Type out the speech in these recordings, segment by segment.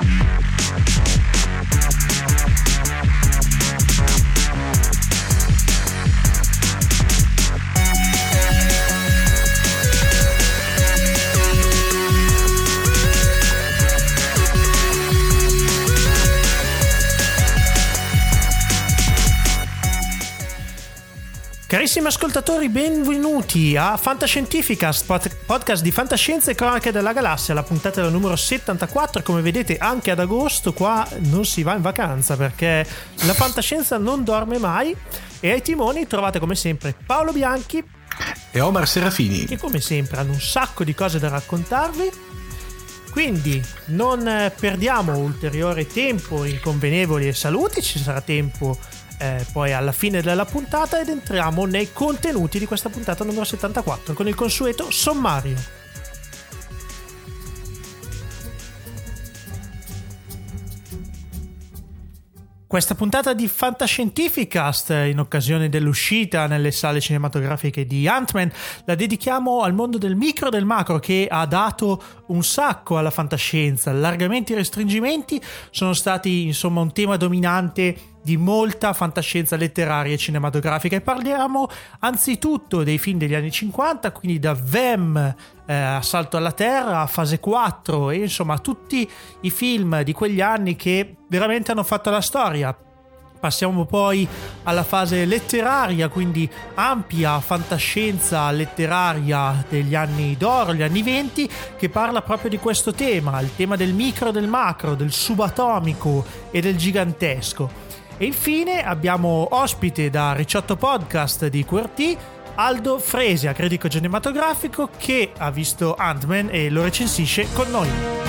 Carissimi ascoltatori, benvenuti a Fantascientificast, podcast di fantascienza e cronache della galassia, la puntata del numero 74. Come vedete, anche ad agosto qua non si va in vacanza perché la fantascienza non dorme mai. E ai timoni trovate come sempre Paolo Bianchi e Omar Serafini, che come sempre hanno un sacco di cose da raccontarvi. Quindi non perdiamo ulteriore tempo in convenevoli e saluti, ci sarà tempo poi alla fine della puntata ed entriamo nei contenuti di questa puntata numero 74 con il consueto sommario. Questa puntata di Fantascientificast, in occasione dell'uscita nelle sale cinematografiche di Ant-Man, la dedichiamo al mondo del micro e del macro, che ha dato un sacco alla fantascienza. Allargamenti e restringimenti sono stati insomma un tema dominante di molta fantascienza letteraria e cinematografica, e parliamo anzitutto dei film degli anni 50, quindi da Vem, Assalto alla Terra, Fase 4 e insomma tutti i film di quegli anni che veramente hanno fatto la storia. Passiamo poi alla fase letteraria, quindi ampia fantascienza letteraria degli anni d'oro, gli anni 20, che parla proprio di questo tema, il tema del micro e del macro, del subatomico e del gigantesco. E infine abbiamo ospite da Ricciotto Podcast di QWERTY Aldo Fresia, critico cinematografico, che ha visto Ant-Man e lo recensisce con noi.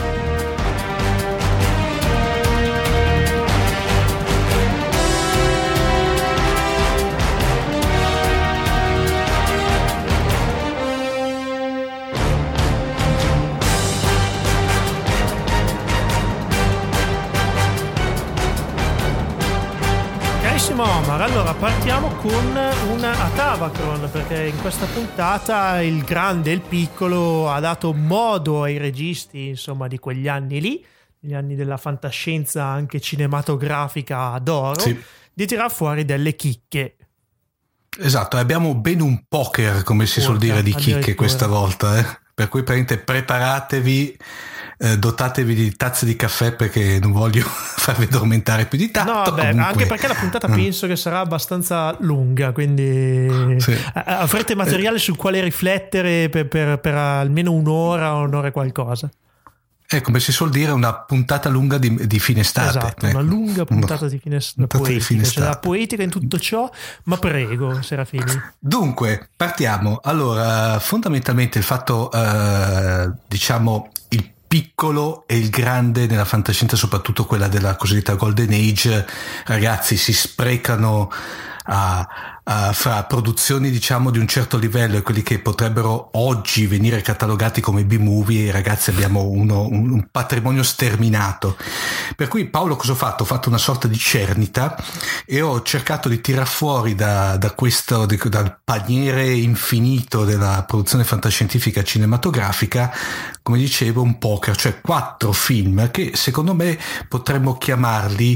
Omar, allora partiamo con una Atavachron, perché in questa puntata il grande e il piccolo ha dato modo ai registi insomma di quegli anni lì, gli anni della fantascienza anche cinematografica d'oro, sì, di tirar fuori delle chicche. Esatto, abbiamo ben un poker, come si suol dire, di chicche questa volta, per cui preparatevi, dotatevi di tazze di caffè, perché non voglio farvi addormentare più di tanto. No, beh, comunque, anche perché la puntata penso che sarà abbastanza lunga, quindi sì, avrete materiale sul quale riflettere per almeno un'ora e qualcosa. Come si suol dire, una puntata lunga di fine estate. Esatto, una lunga puntata di fine estate. C'è la poetica in tutto ciò, ma prego, Serafini. Dunque, partiamo. Allora, fondamentalmente il fatto, diciamo, il piccolo e il grande nella fantascienza, soprattutto quella della cosiddetta Golden Age, ragazzi, si sprecano fra produzioni diciamo di un certo livello e quelli che potrebbero oggi venire catalogati come B-movie. Ragazzi, abbiamo un patrimonio sterminato, per cui Paolo cosa ho fatto? Ho fatto una sorta di cernita e ho cercato di tirar fuori da questo, dal paniere infinito della produzione fantascientifica cinematografica, come dicevo, un poker, cioè 4 film che secondo me potremmo chiamarli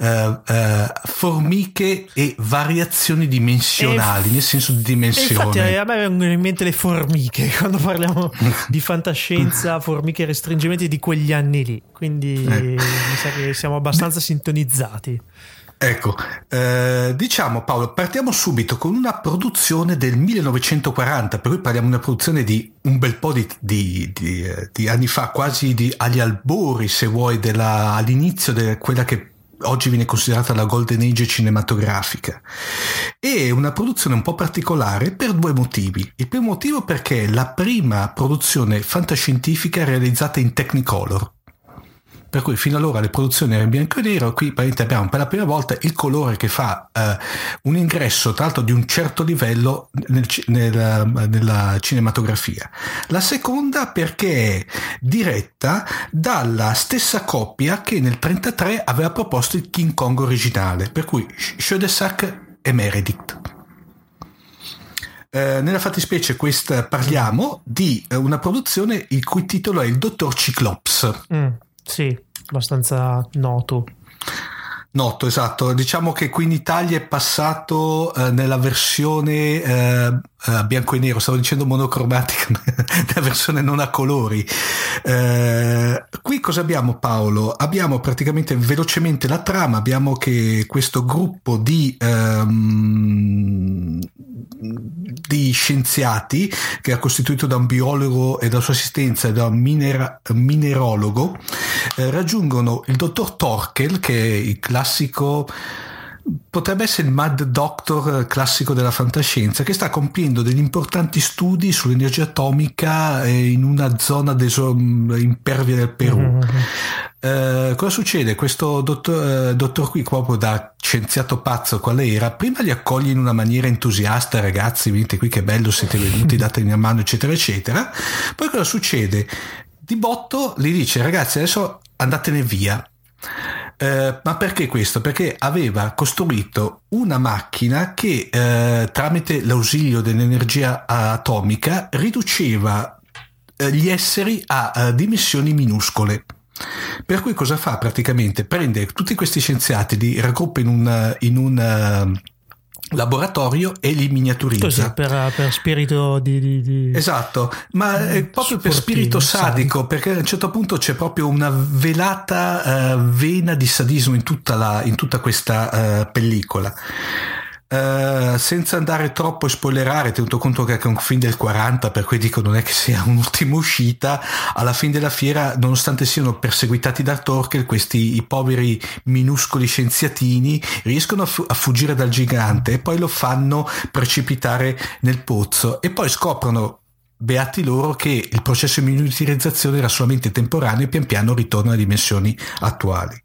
formiche e variazioni dimensionali, nel senso di dimensione. Infatti a me vengono in mente le formiche quando parliamo di fantascienza, formiche e restringimenti di quegli anni lì, quindi mi sa che siamo abbastanza sintonizzati. Ecco, diciamo Paolo, partiamo subito con una produzione del 1940, per cui parliamo di una produzione di un bel po' di anni fa, quasi agli albori, se vuoi, all'inizio di quella che oggi viene considerata la Golden Age cinematografica. È una produzione un po' particolare per 2 motivi. Il primo motivo perché è la prima produzione fantascientifica realizzata in Technicolor, per cui fino allora le produzioni erano in bianco e nero. Qui abbiamo per la prima volta il colore che fa un ingresso tra l'altro di un certo livello nella cinematografia. La seconda perché è diretta dalla stessa coppia che nel 1933 aveva proposto il King Kong originale, per cui Schoedsack e Meredith. Nella fattispecie parliamo di una produzione il cui titolo è il Dottor Cyclops. Sì, abbastanza noto. Noto, esatto. Diciamo che qui in Italia è passato nella versione bianco e nero, stavo dicendo monocromatica, nella versione non a colori. Qui cosa abbiamo, Paolo? Abbiamo praticamente velocemente la trama, abbiamo che questo gruppo di scienziati, che è costituito da un biologo e dalla sua assistenza e da un minerologo, raggiungono il dottor Torkel, che è il classico, potrebbe essere il Mad Doctor classico della fantascienza, che sta compiendo degli importanti studi sull'energia atomica in una zona impervia del Perù. Cosa succede? Questo dottor qui, proprio da scienziato pazzo quale era, prima li accoglie in una maniera entusiasta: ragazzi, venite qui, che bello, siete venuti, datemi una mano, eccetera eccetera. Poi cosa succede? Di botto gli dice: ragazzi, adesso andatene via. Ma perché questo? Perché aveva costruito una macchina che tramite l'ausilio dell'energia atomica riduceva gli esseri a dimensioni minuscole. Per cui cosa fa? Praticamente prende tutti questi scienziati, li raggruppa in un laboratorio e li miniaturizza. Così, per spirito di esatto, ma proprio per spirito sadico, perché a un certo punto c'è proprio una velata vena di sadismo in tutta questa pellicola. Senza andare troppo a spoilerare, tenuto conto che è un film del 40, per cui dico non è che sia un'ultima uscita, alla fine della fiera, nonostante siano perseguitati da Torkel, i poveri minuscoli scienziatini riescono a fuggire dal gigante e poi lo fanno precipitare nel pozzo, e poi scoprono, beati loro, che il processo di miniaturizzazione era solamente temporaneo e pian piano ritorna alle dimensioni attuali,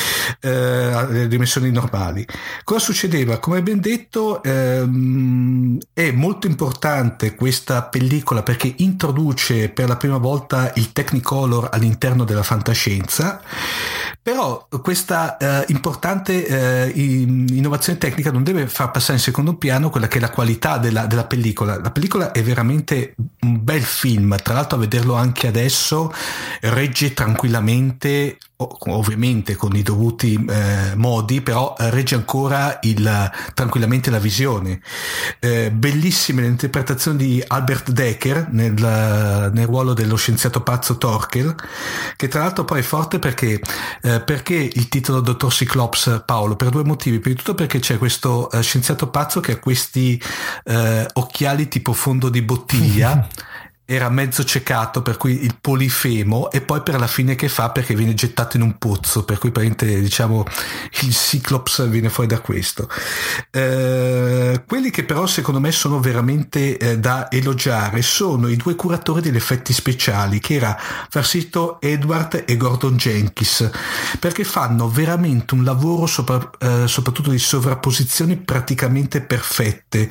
alle dimensioni normali. Cosa succedeva? Come ben detto, è molto importante questa pellicola perché introduce per la prima volta il Technicolor all'interno della fantascienza, però questa importante innovazione tecnica non deve far passare in secondo piano quella che è la qualità della pellicola. La pellicola è veramente un bel film, tra l'altro a vederlo anche adesso regge tranquillamente, ovviamente con i dovuti modi, però regge ancora tranquillamente la visione. Bellissime le interpretazioni di Albert Dekker nel ruolo dello scienziato pazzo Torkel, che tra l'altro poi è forte perché il titolo Dottor Cyclops, Paolo? Per due motivi. Prima di tutto perché c'è questo scienziato pazzo che ha questi occhiali tipo fondo di bottiglia, era mezzo ciecato, per cui il polifemo, e poi per la fine che fa, perché viene gettato in un pozzo, per cui diciamo il Cyclops viene fuori da questo. Quelli che però secondo me sono veramente da elogiare sono i due curatori degli effetti speciali, che era Farsito Edward e Gordon Jenkins, perché fanno veramente un lavoro soprattutto di sovrapposizioni praticamente perfette.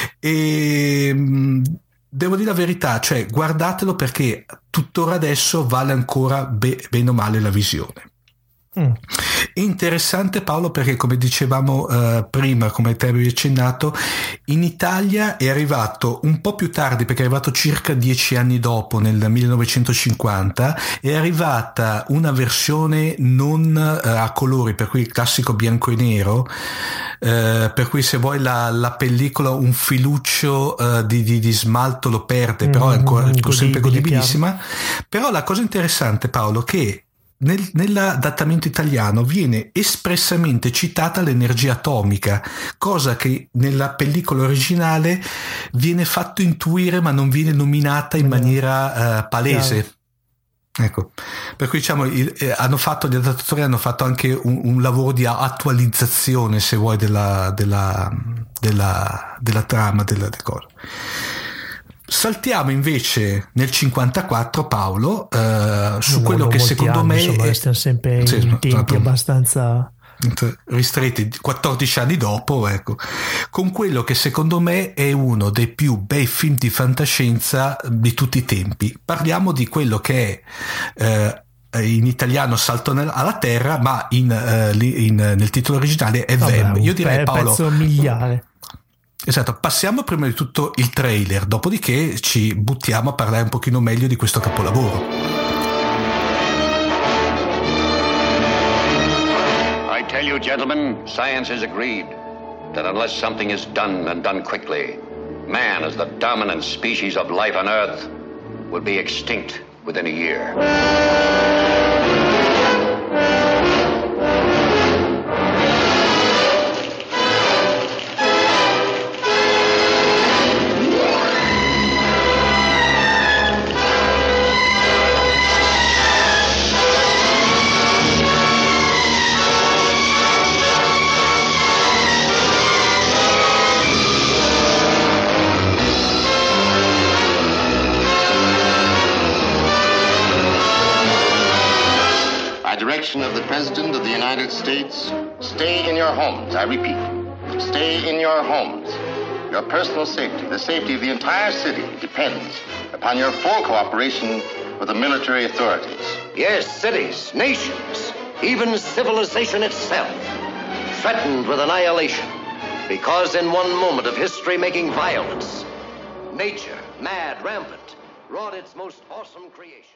E devo dire la verità, cioè guardatelo, perché tuttora adesso vale ancora bene o male la visione. Interessante, Paolo, perché come dicevamo prima, come te avevi accennato, in Italia è arrivato un po' più tardi, perché è arrivato circa 10 anni dopo, nel 1950, è arrivata una versione non a colori, per cui il classico bianco e nero, per cui se vuoi la pellicola un filuccio di smalto lo perde, però è ancora sempre godibilissima. Però la cosa interessante, Paolo, che nell'adattamento italiano viene espressamente citata l'energia atomica, cosa che nella pellicola originale viene fatto intuire ma non viene nominata in maniera palese. Ecco, per cui diciamo gli adattatori hanno fatto anche un lavoro di attualizzazione, se vuoi, della trama della cosa. Saltiamo invece nel 54, Paolo, su quello che secondo me stiamo sempre in tempi abbastanza ristretti, 14 anni dopo, ecco, con quello che secondo me è uno dei più bei film di fantascienza di tutti i tempi. Parliamo di quello che è in italiano Salto alla Terra, ma nel titolo originale è Vem. Io direi, Paolo, pezzo miliare. Esatto, passiamo prima di tutto il trailer, dopodiché ci buttiamo a parlare un pochino meglio di questo capolavoro. tell you, gentlemen, science has agreed that unless something is done and done quickly, man, as the dominant species of life on Earth, will be extinct within a year. Direction of the President of the United States, stay in your homes. I repeat, stay in your homes. Your personal safety, the safety of the entire city, depends upon your full cooperation with the military authorities. Yes, cities, nations, even civilization itself, threatened with annihilation, because in one moment of history-making violence, nature, mad, rampant, wrought its most awesome creation.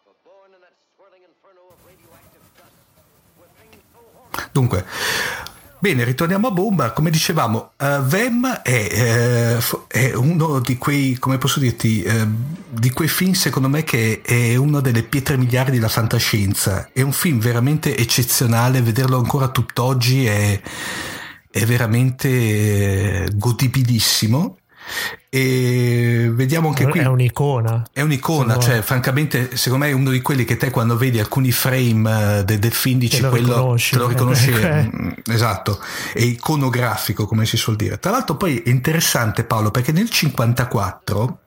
Dunque, bene, ritorniamo a bomba. Come dicevamo, Vem è uno di quei, come posso dirti, di quei film, secondo me, che è una delle pietre miliari della fantascienza. È un film veramente eccezionale, vederlo ancora tutt'oggi è veramente godibilissimo. E vediamo anche qui è un'icona, cioè francamente secondo me è uno di quelli che te quando vedi alcuni frame del film dici quello te lo riconosci. Esatto, è iconografico, come si suol dire. Tra l'altro poi è interessante, Paolo, perché nel 54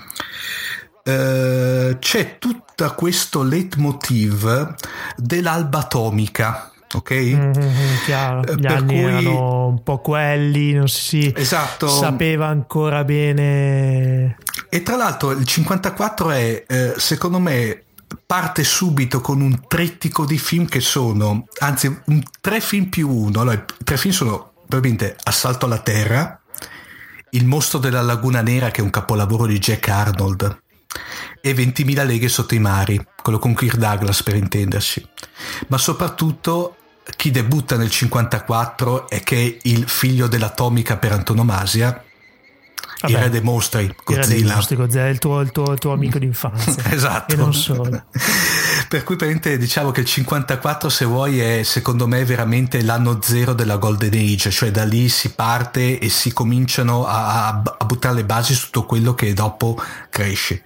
c'è tutto questo leitmotiv dell'alba atomica. Ok? Chiaro. Gli anni erano un po' quelli, non si sapeva ancora bene. E tra l'altro il 54 è secondo me parte subito con un trittico di film che sono, anzi 3 film più uno. Allora, i 3 film sono probabilmente Assalto alla Terra, Il mostro della Laguna Nera, che è un capolavoro di Jack Arnold, e 20.000 leghe sotto i mari, quello con Kirk Douglas per intenderci. Ma soprattutto chi debutta nel 54 è che è il figlio dell'atomica per antonomasia, il re dei mostri, Godzilla. È il tuo amico d'infanzia. Esatto. E non solo. Per cui diciamo che il 54, se vuoi, è secondo me veramente l'anno zero della Golden Age, cioè da lì si parte e si cominciano a buttare le basi su tutto quello che dopo cresce.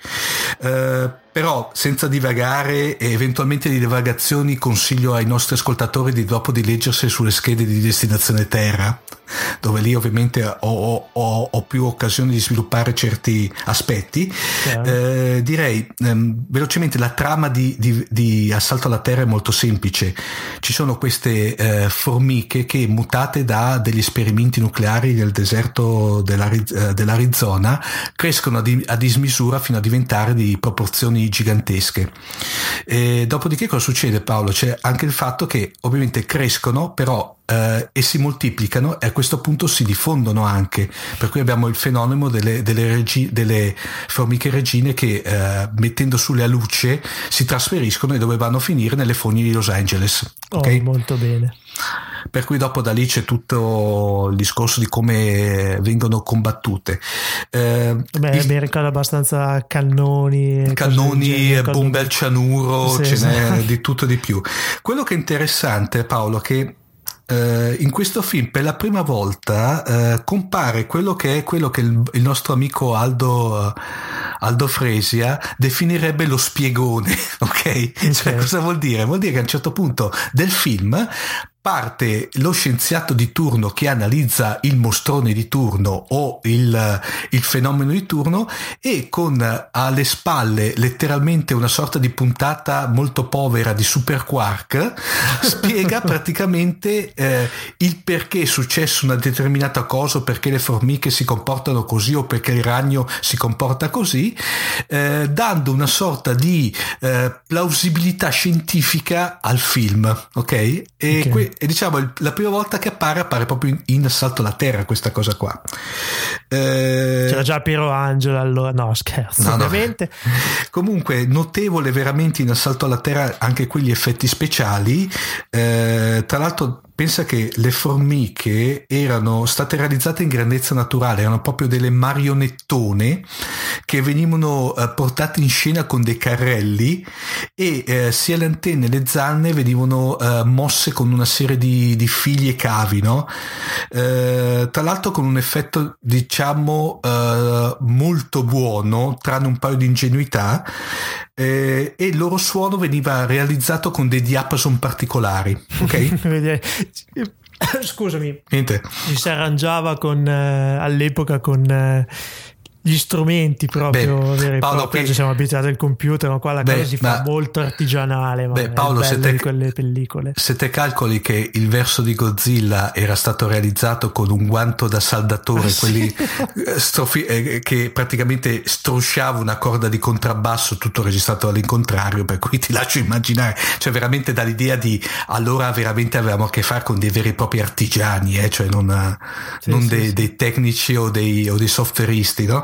Però senza divagare, e eventualmente di divagazioni consiglio ai nostri ascoltatori di leggersi sulle schede di Destinazione Terra, dove lì ovviamente ho più occasione di sviluppare certi aspetti. Direi velocemente la trama di Assalto alla Terra è molto semplice. Ci sono queste formiche che, mutate da degli esperimenti nucleari nel deserto dell'Arizona, crescono a dismisura fino a diventare di proporzioni gigantesche. Dopodiché cosa succede, Paolo? C'è anche il fatto che ovviamente crescono, però e si moltiplicano, e a questo punto si diffondono anche, per cui abbiamo il fenomeno delle formiche regine che mettendo sulla luce si trasferiscono, e dove vanno a finire? Nelle fogne di Los Angeles. Okay? Molto bene. Per cui dopo da lì c'è tutto il discorso di come vengono combattute. Mi ricordo abbastanza cannoni, bombe al cianuro, sì, ce n'è di tutto e di più. Quello che è interessante, Paolo, che in questo film per la prima volta compare quello che il nostro amico Aldo Fresia definirebbe lo spiegone, ok? Cioè, cosa vuol dire? Vuol dire che a un certo punto del film parte lo scienziato di turno che analizza il mostrone di turno o il fenomeno di turno, e con alle spalle letteralmente una sorta di puntata molto povera di Super Quark spiega praticamente il perché è successo una determinata cosa, o perché le formiche si comportano così, o perché il ragno si comporta così, dando una sorta di plausibilità scientifica al film, ok? E diciamo la prima volta che appare proprio in Assalto alla Terra questa cosa qua. C'era già Piero Angelo, allora no, scherzo, ovviamente. Comunque notevole veramente in Assalto alla Terra anche quegli effetti speciali. Tra l'altro pensa che le formiche erano state realizzate in grandezza naturale, erano proprio delle marionettone che venivano portate in scena con dei carrelli e sia le antenne le zanne venivano mosse con una serie di fili e cavi, no? Tra l'altro con un effetto diciamo molto buono, tranne un paio di ingenuità, e il loro suono veniva realizzato con dei diapason particolari, ok? Scusami. Niente. Ci si arrangiava all'epoca con gli strumenti proprio veri e Paolo, propri. Ci siamo abituati al computer, ma qua la cosa si fa molto artigianale. Ma Paolo, di quelle pellicole. Se te calcoli che il verso di Godzilla era stato realizzato con un guanto da saldatore, quelli che praticamente strusciava una corda di contrabbasso, tutto registrato all'incontrario, per cui ti lascio immaginare, cioè veramente dall'idea di allora veramente avevamo a che fare con dei veri e propri artigiani, cioè non dei tecnici o dei softwareisti, no?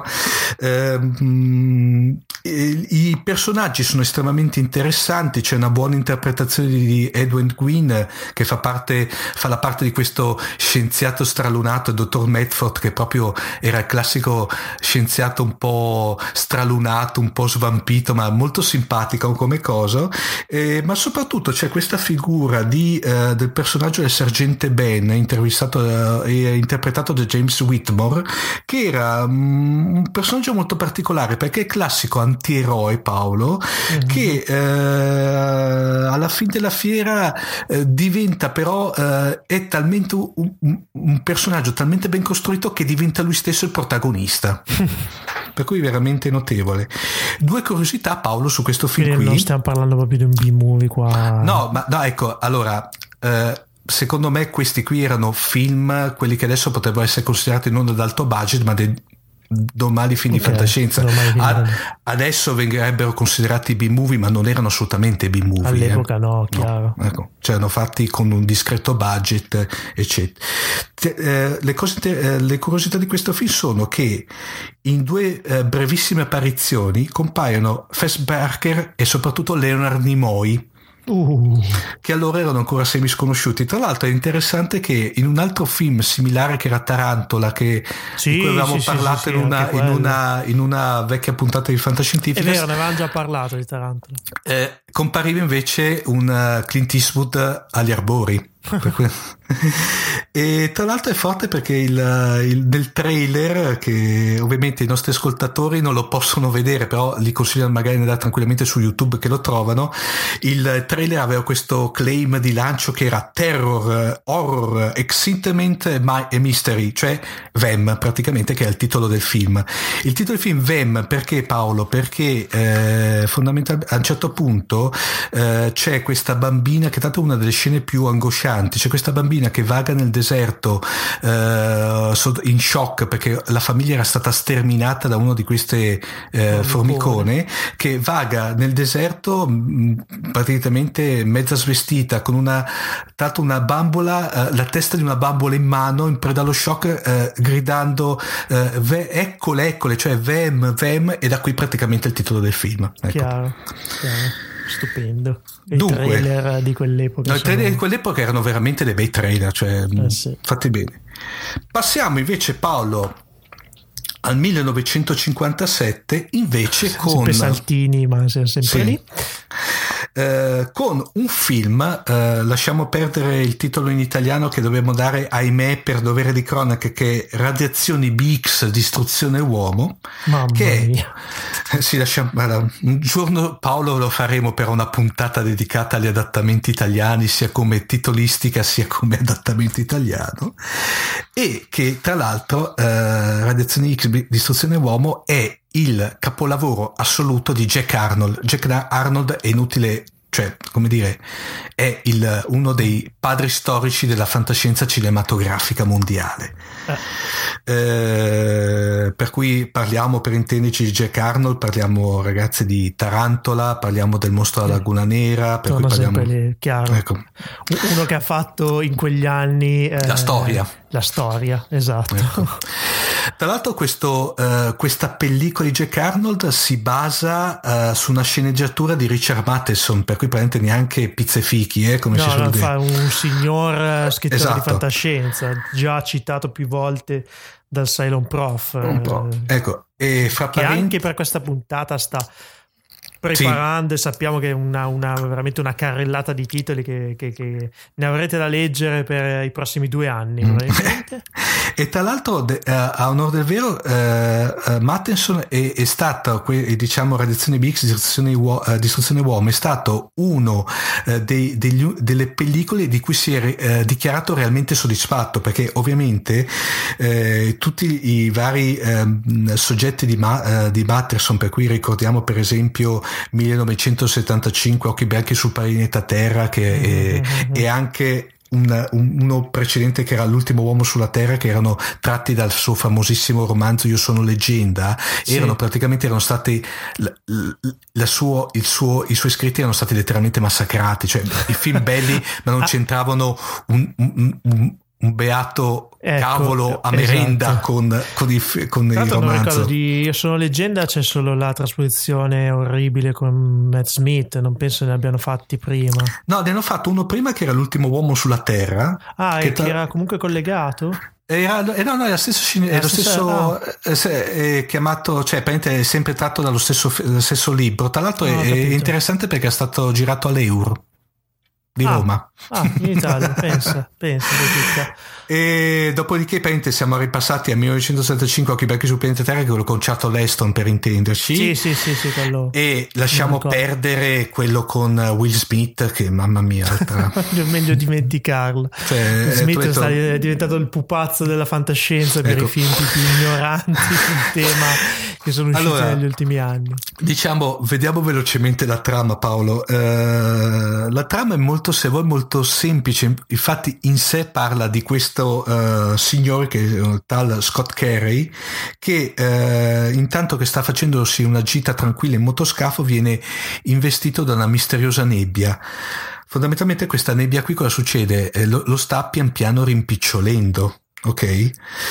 I personaggi sono estremamente interessanti, c'è una buona interpretazione di Edwin Quinn che fa la parte di questo scienziato stralunato, il dottor Medford, che proprio era il classico scienziato un po' stralunato, un po' svampito, ma molto simpatico come cosa, ma soprattutto c'è questa figura del personaggio del sergente Ben, intervistato e interpretato da James Whitmore, che era un personaggio molto particolare perché è classico antieroe, Paolo, che alla fine della fiera diventa però è talmente un personaggio talmente ben costruito che diventa lui stesso il protagonista. Per cui veramente notevole. Due curiosità, Paolo, su questo film. Quindi qui non stiamo parlando proprio di un B-movie qua. No, ecco, allora secondo me questi qui erano film, quelli che adesso potrebbero essere considerati non ad alto budget ma dei normali film di fantascienza. Adesso verrebbero considerati B-movie, ma non erano assolutamente B-movie. All'epoca no, chiaro. No, ecco, cioè erano fatti con un discreto budget, eccetera. Le curiosità di questo film sono che in due brevissime apparizioni compaiono Fess Barker e soprattutto Leonard Nimoy, che allora erano ancora semi sconosciuti. Tra l'altro è interessante che in un altro film similare che era Tarantola, di cui avevamo parlato in una vecchia puntata di Fantascientifica, è vero, ne avevamo già parlato di Tarantola, compariva invece un Clint Eastwood agli arbori. E tra l'altro è forte perché nel trailer, che ovviamente i nostri ascoltatori non lo possono vedere, però li consigliano magari di andare tranquillamente su YouTube che lo trovano, il trailer aveva questo claim di lancio che era terror, horror, excitement e mystery, cioè VEM praticamente, che è il titolo del film. Il titolo del film VEM perché, Paolo? Perché fondamentalmente a un certo punto c'è questa bambina, che tanto è una delle scene più angoscianti, c'è questa bambina che vaga nel deserto in shock perché la famiglia era stata sterminata da uno di queste formicone, che vaga nel deserto praticamente mezza svestita con una bambola, la testa di una bambola in mano, in preda allo shock, gridando eccole, cioè VEM, e da qui praticamente il titolo del film, ecco. Chiaro. Stupendo. I trailer di quell'epoca. I trailer di quell'epoca erano veramente dei bei trailer, cioè sì, fatti bene. Passiamo invece, Paolo, al 1957, invece con sempre saltini, ma sempre lì. Con un film, lasciamo perdere il titolo in italiano che dobbiamo dare, ahimè, per dovere di cronaca, che è Radiazioni BX, Distruzione Uomo. Mamma mia. Un giorno, Paolo, lo faremo per una puntata dedicata agli adattamenti italiani, sia come titolistica sia come adattamento italiano, e che tra l'altro Radiazioni X, Distruzione Uomo è il capolavoro assoluto di Jack Arnold. Jack Arnold è inutile, cioè, come dire, è uno dei padri storici della fantascienza cinematografica mondiale. Per cui parliamo, per intenderci, di Jack Arnold, parliamo, ragazzi, di Tarantola, parliamo del Mostro della Laguna Nera, per cui parliamo lì, chiaro. Ecco. Uno che ha fatto in quegli anni la storia, esatto. ecco. Tra l'altro questa pellicola di Jack Arnold si basa su una sceneggiatura di Richard Matheson, per cui praticamente neanche pizze fichi, come si suol dire. Fa un signor scrittore Esatto. di fantascienza, già citato più volte dal Cylon Prof. Un po'. Ecco, e fra che parenti... anche per questa puntata sta preparando, sì. e sappiamo che è veramente una carrellata di titoli che ne avrete da leggere per i prossimi 2 anni probabilmente. E tra l'altro a onor del vero Matheson è stato, diciamo, Radiazione BX Distruzione Uomo è stato uno delle pellicole di cui si è dichiarato realmente soddisfatto, perché ovviamente tutti i vari soggetti di Matheson, per cui ricordiamo per esempio 1975 Occhi bianchi sul pianeta Terra, che è anche uno precedente che era L'ultimo uomo sulla Terra, che erano tratti dal suo famosissimo romanzo Io sono leggenda. Sì. Erano stati i suoi scritti erano stati letteralmente massacrati, cioè i film belli ma non c'entravano un beato cavolo a merenda, esatto, con i romanzi. Non ricordo di Io sono leggenda, c'è solo la trasposizione orribile con Matt Smith, non penso ne abbiano fatti prima. No, ne hanno fatto uno prima che era L'ultimo uomo sulla Terra. Che era comunque collegato? Era lo stesso chiamato, cioè è sempre tratto dallo stesso libro. Tra l'altro è interessante perché è stato girato all'Eur di Roma. In Italia, pensa. E dopodiché siamo ripassati a 1975 Occhi bianchi sul pianeta Terra, che è quello con Charlton Heston, per intenderci. Sì, quello. E lasciamo perdere quello con Will Smith, che mamma mia, è meglio dimenticarlo. Will Smith è diventato il pupazzo della fantascienza per i film più ignoranti sul tema che sono usciti negli ultimi anni. Diciamo, vediamo velocemente la trama, Paolo. La trama è molto semplice, infatti in sé parla di questo signore, che è un tal Scott Carey, che intanto che sta facendosi una gita tranquilla in motoscafo viene investito da una misteriosa nebbia. Fondamentalmente questa nebbia qui cosa succede? Lo sta pian piano rimpicciolendo. Ok,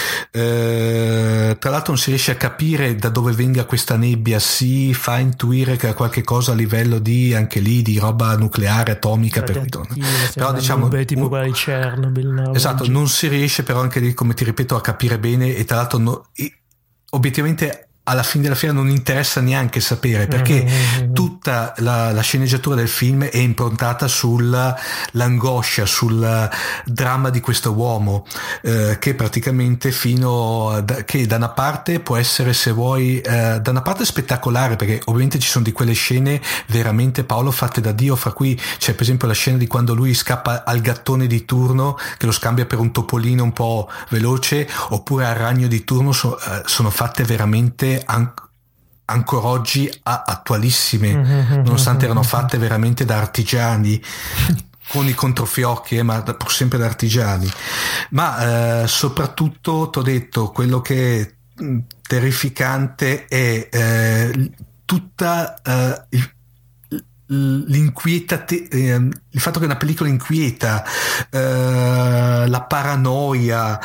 tra l'altro non si riesce a capire da dove venga questa nebbia, si fa intuire che ha qualche cosa a livello di, anche lì, di roba nucleare, atomica, però diciamo tipo quella di Chernobyl, esatto, non si riesce però anche lì, come ti ripeto, a capire bene, e tra l'altro obiettivamente alla fine della fiera non interessa neanche sapere, perché tutta la sceneggiatura del film è improntata sull'angoscia, sul dramma di questo uomo, che praticamente che da una parte può essere, se vuoi, da una parte spettacolare, perché ovviamente ci sono di quelle scene veramente, Paolo, fatte da Dio, fra cui c'è per esempio la scena di quando lui scappa al gattone di turno, che lo scambia per un topolino un po' veloce, oppure al ragno di turno. Sono fatte veramente ancora oggi attualissime, nonostante erano fatte veramente da artigiani con i controfiocchi, ma pur sempre da artigiani. Ma soprattutto t'ho detto, quello che è terrificante è tutta il fatto che è una pellicola inquieta, la paranoia,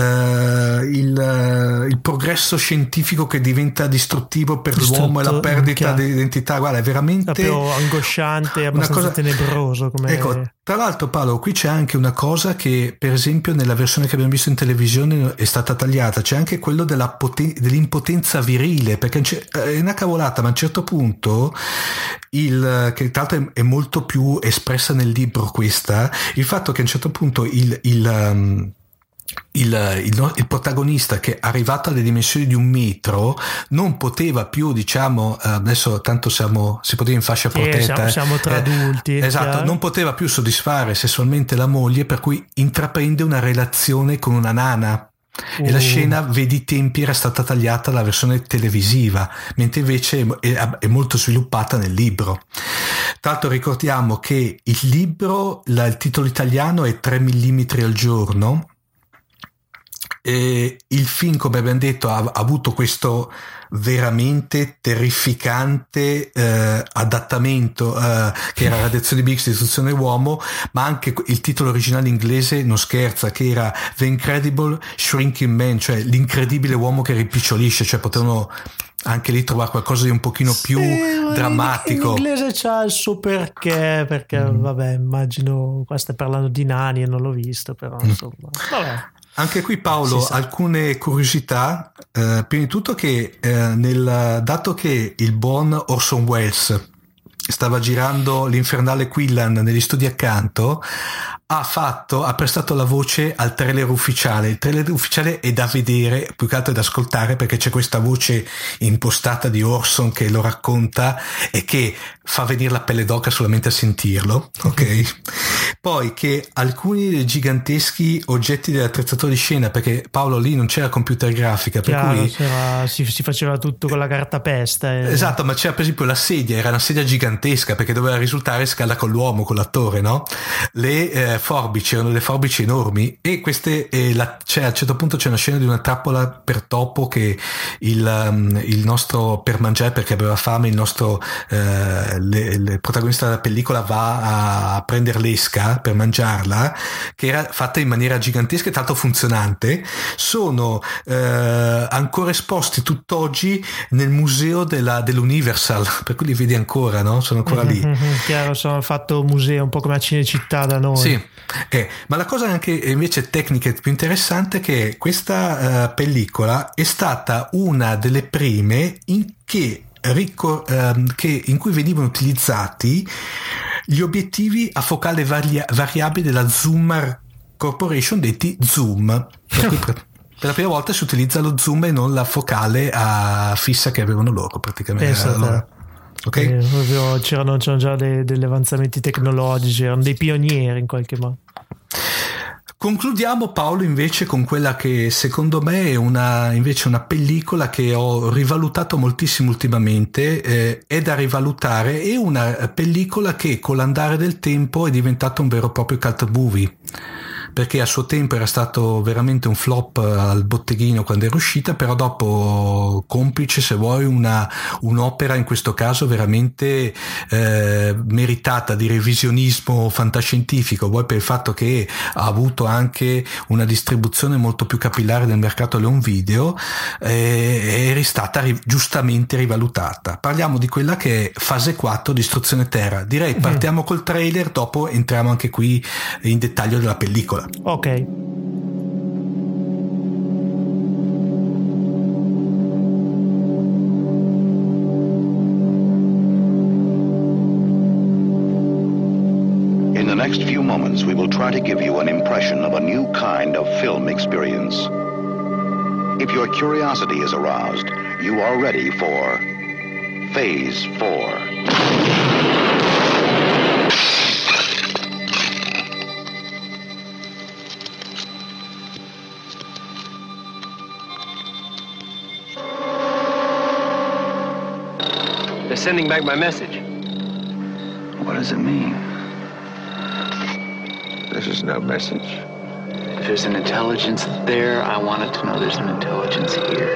il progresso scientifico che diventa distruttivo per l'uomo e la perdita di identità. Guarda, è veramente proprio angosciante, abbastanza tenebroso. Ecco, tra l'altro, Paolo, qui c'è anche una cosa che per esempio nella versione che abbiamo visto in televisione è stata tagliata, c'è anche quello dell'impotenza virile, perché è una cavolata, ma a un certo punto che tra l'altro è molto più espressa nel libro, questa, il fatto che a un certo punto il protagonista, che è arrivato alle dimensioni di 1 metro, non poteva più, diciamo, adesso tanto si poteva in fascia protetta, siamo tra adulti, esatto, non poteva più soddisfare sessualmente la moglie, per cui intraprende una relazione con una nana. E la scena, vedi i tempi, era stata tagliata la versione televisiva, mentre invece è molto sviluppata nel libro. Tra l'altro ricordiamo che il libro, il titolo italiano è 3 millimetri al giorno, Il film, come abbiamo detto, ha avuto questo veramente terrificante adattamento che era Radiazione X, Distruzione Uomo, ma anche il titolo originale inglese non scherza, che era The Incredible Shrinking Man, cioè l'incredibile uomo che rimpicciolisce, cioè potevano anche lì trovare qualcosa di un pochino più drammatico. In inglese c'ha il suo perché vabbè, immagino, qua stai parlando di nani e non l'ho visto, però insomma vabbè. Anche qui, Paolo, alcune curiosità. Prima di tutto che dato che il buon Orson Welles stava girando l'Infernale Quinlan negli studi accanto, ha prestato la voce al trailer ufficiale. Il trailer ufficiale è da vedere, più che altro è da ascoltare, perché c'è questa voce impostata di Orson che lo racconta e che fa venire la pelle d'oca solamente a sentirlo, ok? Poi che alcuni dei giganteschi oggetti dell'attrezzatura di scena, perché Paolo lì non c'era computer grafica, per cui si faceva tutto con la cartapesta. Esatto, ma c'era per esempio la sedia, era una sedia gigantesca perché doveva risultare scala con l'uomo, con l'attore, no? Le forbici erano delle forbici enormi, e queste a un certo punto c'è una scena di una trappola per topo che il nostro, per mangiare perché aveva fame, il nostro il protagonista della pellicola va a prendere l'esca per mangiarla, che era fatta in maniera gigantesca e tanto funzionante. Sono ancora esposti tutt'oggi nel museo dell'Universal, per cui li vedi ancora, no? Sono ancora lì. Chiaro, sono fatto museo un po' come a Cinecittà da noi. Sì, ma la cosa anche invece tecnica più interessante è che questa pellicola è stata una delle prime in cui venivano utilizzati gli obiettivi a focale variabile della Zoom Corporation, detti zoom. Per la prima volta si utilizza lo zoom e non la focale a fissa che avevano loro praticamente. Allora, ok, c'erano già degli avanzamenti tecnologici, erano dei pionieri in qualche modo. Concludiamo, Paolo, invece con quella che secondo me è una pellicola che ho rivalutato moltissimo ultimamente, è da rivalutare. È una pellicola che con l'andare del tempo è diventata un vero e proprio cult movie, perché a suo tempo era stato veramente un flop al botteghino quando era uscita, però dopo complice, se vuoi, un'opera in questo caso veramente meritata di revisionismo fantascientifico, vuoi per il fatto che ha avuto anche una distribuzione molto più capillare nel mercato home video, è stata giustamente rivalutata. Parliamo di quella che è Fase 4, Distruzione Terra. Direi partiamo col trailer, dopo entriamo anche qui in dettaglio della pellicola. Ok. In the next few moments, we will try to give you an impression of a new kind of film experience. If your curiosity is aroused, you are ready for Phase 4. They're sending back my message. What does it mean? This is no message. If there's an intelligence there, I want it to know there's an intelligence here.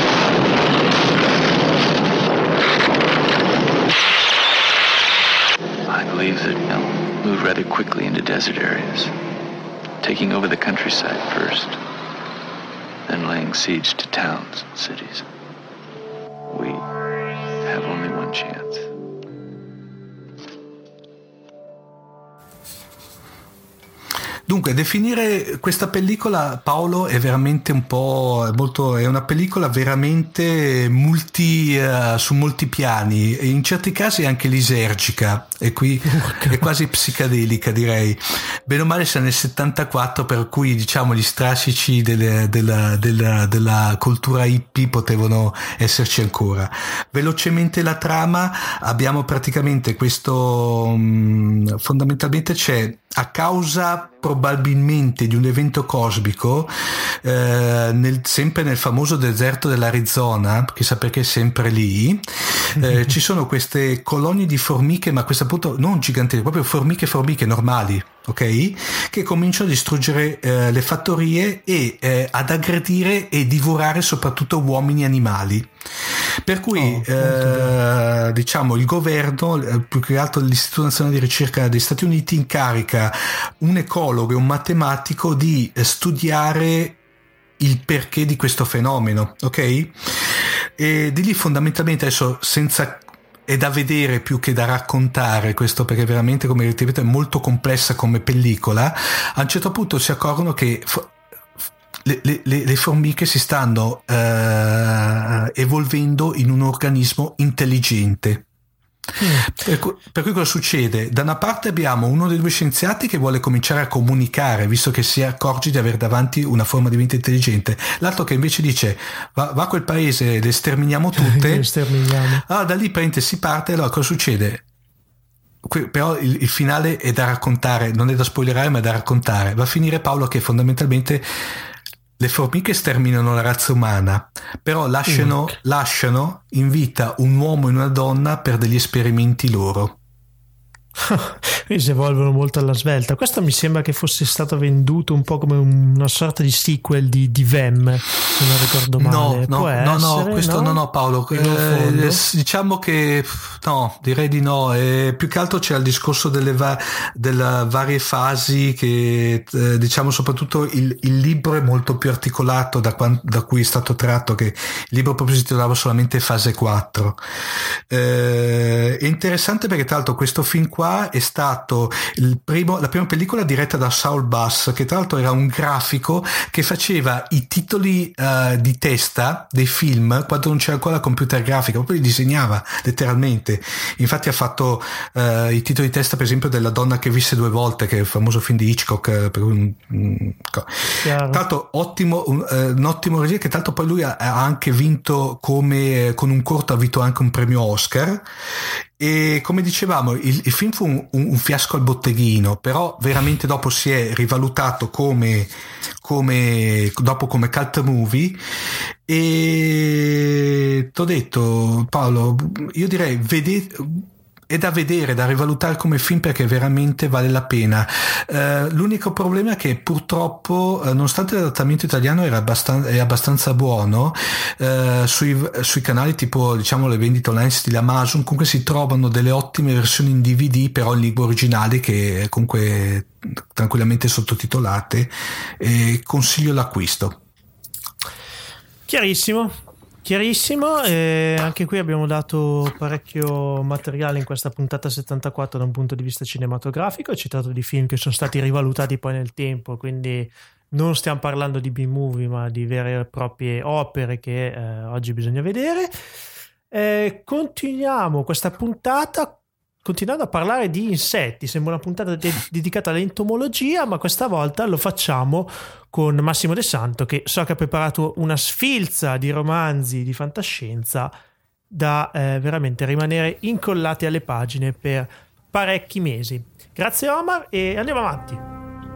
I believe that they'll move rather quickly into desert areas, taking over the countryside first, then laying siege to towns and cities. We have only one chance. Dunque, definire questa pellicola, Paolo, è veramente è una pellicola veramente su molti piani, e in certi casi anche lisergica, e qui è quasi psicadelica, direi. Bene o male siamo nel 74, per cui diciamo gli strascici della cultura hippie potevano esserci ancora. Velocemente la trama, abbiamo praticamente questo, fondamentalmente c'è, a causa probabilmente di un evento cosmico, sempre nel famoso deserto dell'Arizona, chissà perché è sempre lì, ci sono queste colonie di formiche, ma queste appunto non gigantesche, proprio formiche normali, ok? Che cominciano a distruggere le fattorie e ad aggredire e divorare soprattutto uomini e animali. Per cui diciamo il governo, più che altro l'Istituto Nazionale di Ricerca degli Stati Uniti, incarica un ecologo e un matematico di studiare il perché di questo fenomeno, ok? E di lì fondamentalmente, adesso senza, è da vedere più che da raccontare questo, perché veramente, come ripeto, è molto complessa come pellicola. A un certo punto si accorgono che le formiche si stanno evolvendo in un organismo intelligente. Per cui cosa succede? Da una parte abbiamo uno dei due scienziati che vuole cominciare a comunicare, visto che si accorge di avere davanti una forma di vita intelligente, l'altro che invece dice va a quel paese, le sterminiamo tutte. Allora da lì si parte. Allora cosa succede? Però il finale è da raccontare, non è da spoilerare ma è da raccontare. Va a finire, Paolo, che fondamentalmente le formiche sterminano la razza umana, però lasciano in vita un uomo e una donna per degli esperimenti loro. Si evolvono molto alla svelta. Questo mi sembra che fosse stato venduto un po' come una sorta di sequel di Them, se non ricordo male. No, questo no, Paolo. Diciamo che no, direi di no. Più che altro c'era il discorso delle varie fasi, che diciamo soprattutto il libro è molto più articolato da cui è stato tratto, che il libro proprio si titolava solamente Fase 4. È interessante perché tra l'altro questo film qua è stato la prima pellicola diretta da Saul Bass, che tra l'altro era un grafico che faceva i titoli di testa dei film quando non c'era ancora la computer grafica, proprio li disegnava letteralmente. Infatti ha fatto i titoli di testa per esempio della Donna che visse due volte, che è il famoso film di Hitchcock, tra l'altro un ottimo regista, che tra l'altro poi lui ha anche vinto con un corto, ha vinto anche un premio Oscar. E come dicevamo, il film fu un fiasco al botteghino, però veramente dopo si è rivalutato come cult movie. E t'ho detto, Paolo, io direi è da vedere, da rivalutare come film, perché veramente vale la pena. L'unico problema è che purtroppo, nonostante l'adattamento italiano è abbastanza buono, sui canali tipo, diciamo, le vendite online stile Amazon, comunque si trovano delle ottime versioni in DVD, però in lingua originale, che comunque tranquillamente sottotitolate, e consiglio l'acquisto. Chiarissimo, anche qui abbiamo dato parecchio materiale in questa puntata 74 da un punto di vista cinematografico. Ho citato di film che sono stati rivalutati poi nel tempo, quindi non stiamo parlando di B-movie ma di vere e proprie opere che oggi bisogna vedere. Continuiamo questa puntata continuando a parlare di insetti. Sembra una puntata dedicata all'entomologia, ma questa volta lo facciamo con Massimo De Santo, che so che ha preparato una sfilza di romanzi di fantascienza da veramente rimanere incollati alle pagine per parecchi mesi. Grazie Omar, e andiamo avanti.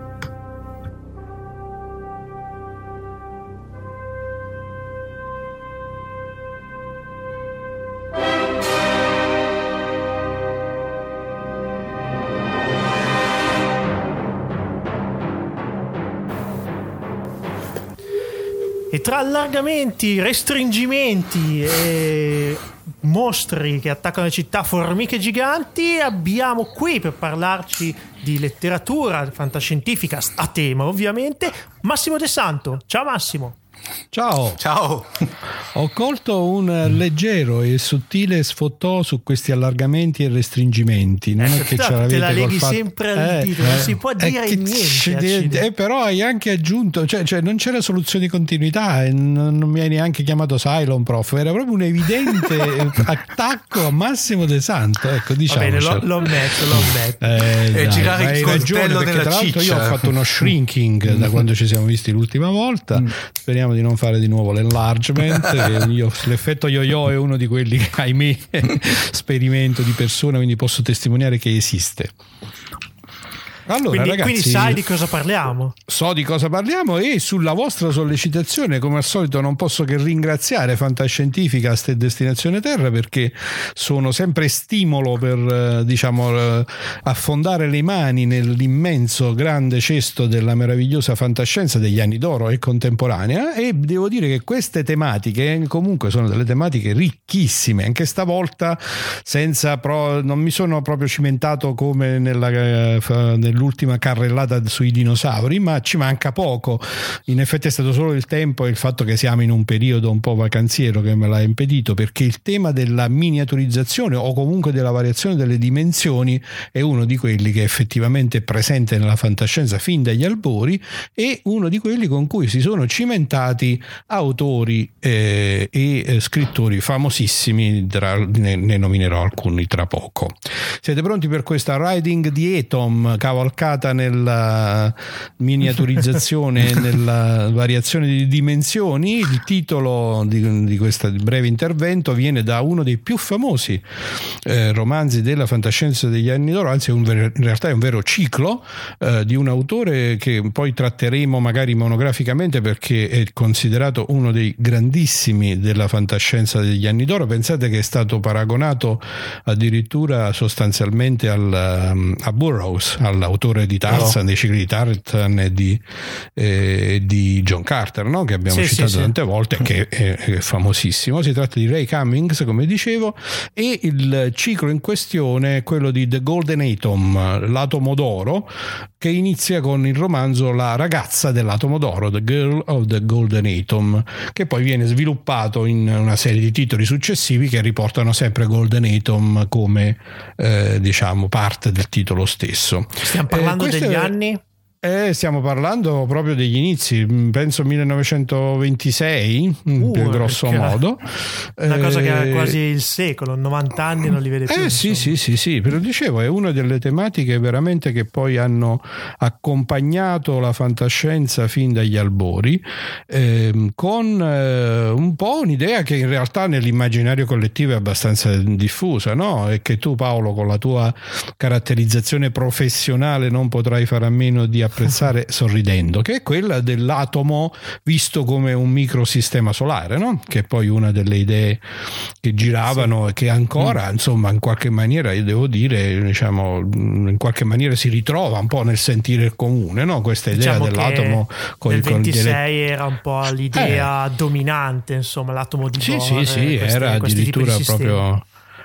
E tra allargamenti, restringimenti e mostri che attaccano le città, formiche giganti, abbiamo qui per parlarci di letteratura fantascientifica a tema ovviamente Massimo De Santo. Ciao Massimo. Ciao. Ho colto un leggero e sottile sfottò su questi allargamenti e restringimenti. Non è che ce l'avete, te la leghi sempre al titolo, non si può dire niente. Però hai anche aggiunto, cioè non c'era soluzione di continuità, e non mi hai neanche chiamato Cylon Prof, era proprio un evidente attacco a Massimo De Santo. Ecco, diciamo. Va bene, lo ammetto. E girare il coltello perché nella tra l'altro ciccia. io ho fatto uno shrinking da quando ci siamo visti l'ultima volta. Speriamo di non fare di nuovo l'enlargement. L'effetto yo-yo è uno di quelli che, ahimè, sperimento di persona, quindi posso testimoniare che esiste. Allora, ragazzi, quindi sai di cosa parliamo. So di cosa parliamo, e sulla vostra sollecitazione, come al solito, non posso che ringraziare Fantascientificast e Destinazione Terra, perché sono sempre stimolo per affondare le mani nell'immenso grande cesto della meravigliosa fantascienza degli anni d'oro e contemporanea, e devo dire che queste tematiche comunque sono delle tematiche ricchissime. Anche stavolta non mi sono proprio cimentato come nell'ultima carrellata sui dinosauri, ma ci manca poco. In effetti è stato solo il tempo e il fatto che siamo in un periodo un po' vacanziero che me l'ha impedito, perché il tema della miniaturizzazione o comunque della variazione delle dimensioni è uno di quelli che effettivamente è presente nella fantascienza fin dagli albori, e uno di quelli con cui si sono cimentati autori e scrittori famosissimi. Ne nominerò alcuni tra poco. Siete pronti per questa Riding the Atom, cavalcata nella miniaturizzazione e nella variazione di dimensioni? Il titolo di questo breve intervento viene da uno dei più famosi romanzi della fantascienza degli anni d'oro, anzi in realtà è un vero ciclo di un autore che poi tratteremo magari monograficamente, perché è considerato uno dei grandissimi della fantascienza degli anni d'oro. Pensate che è stato paragonato addirittura sostanzialmente a Burroughs, all'autore di Tarzan, dei cicli di Tarzan e di John Carter, no? Che abbiamo citato tante volte, che è famosissimo. Si tratta di Ray Cummings, come dicevo, e il ciclo in questione è quello di The Golden Atom, l'atomo d'oro, che inizia con il romanzo La ragazza dell'atomo d'oro, The Girl of the Golden Atom, che poi viene sviluppato in una serie di titoli successivi che riportano sempre Golden Atom come parte del titolo stesso. Stiamo parlando degli anni? Stiamo parlando proprio degli inizi, penso 1926, per grosso modo. Una cosa che ha quasi il secolo, 90 anni non li vede più. Sì, però dicevo, è una delle tematiche veramente che poi hanno accompagnato la fantascienza fin dagli albori, con un po' un'idea che in realtà nell'immaginario collettivo è abbastanza diffusa, no? E che tu, Paolo, con la tua caratterizzazione professionale non potrai fare a meno di apprezzare sorridendo, che è quella dell'atomo visto come un microsistema solare, no? Che è poi una delle idee che giravano e che ancora, insomma, in qualche maniera, io devo dire, in qualche maniera si ritrova un po' nel sentire comune, no? Questa idea dell'atomo nel 26 era un po' l'idea dominante, insomma, l'atomo di Bohr. Sì, era addirittura proprio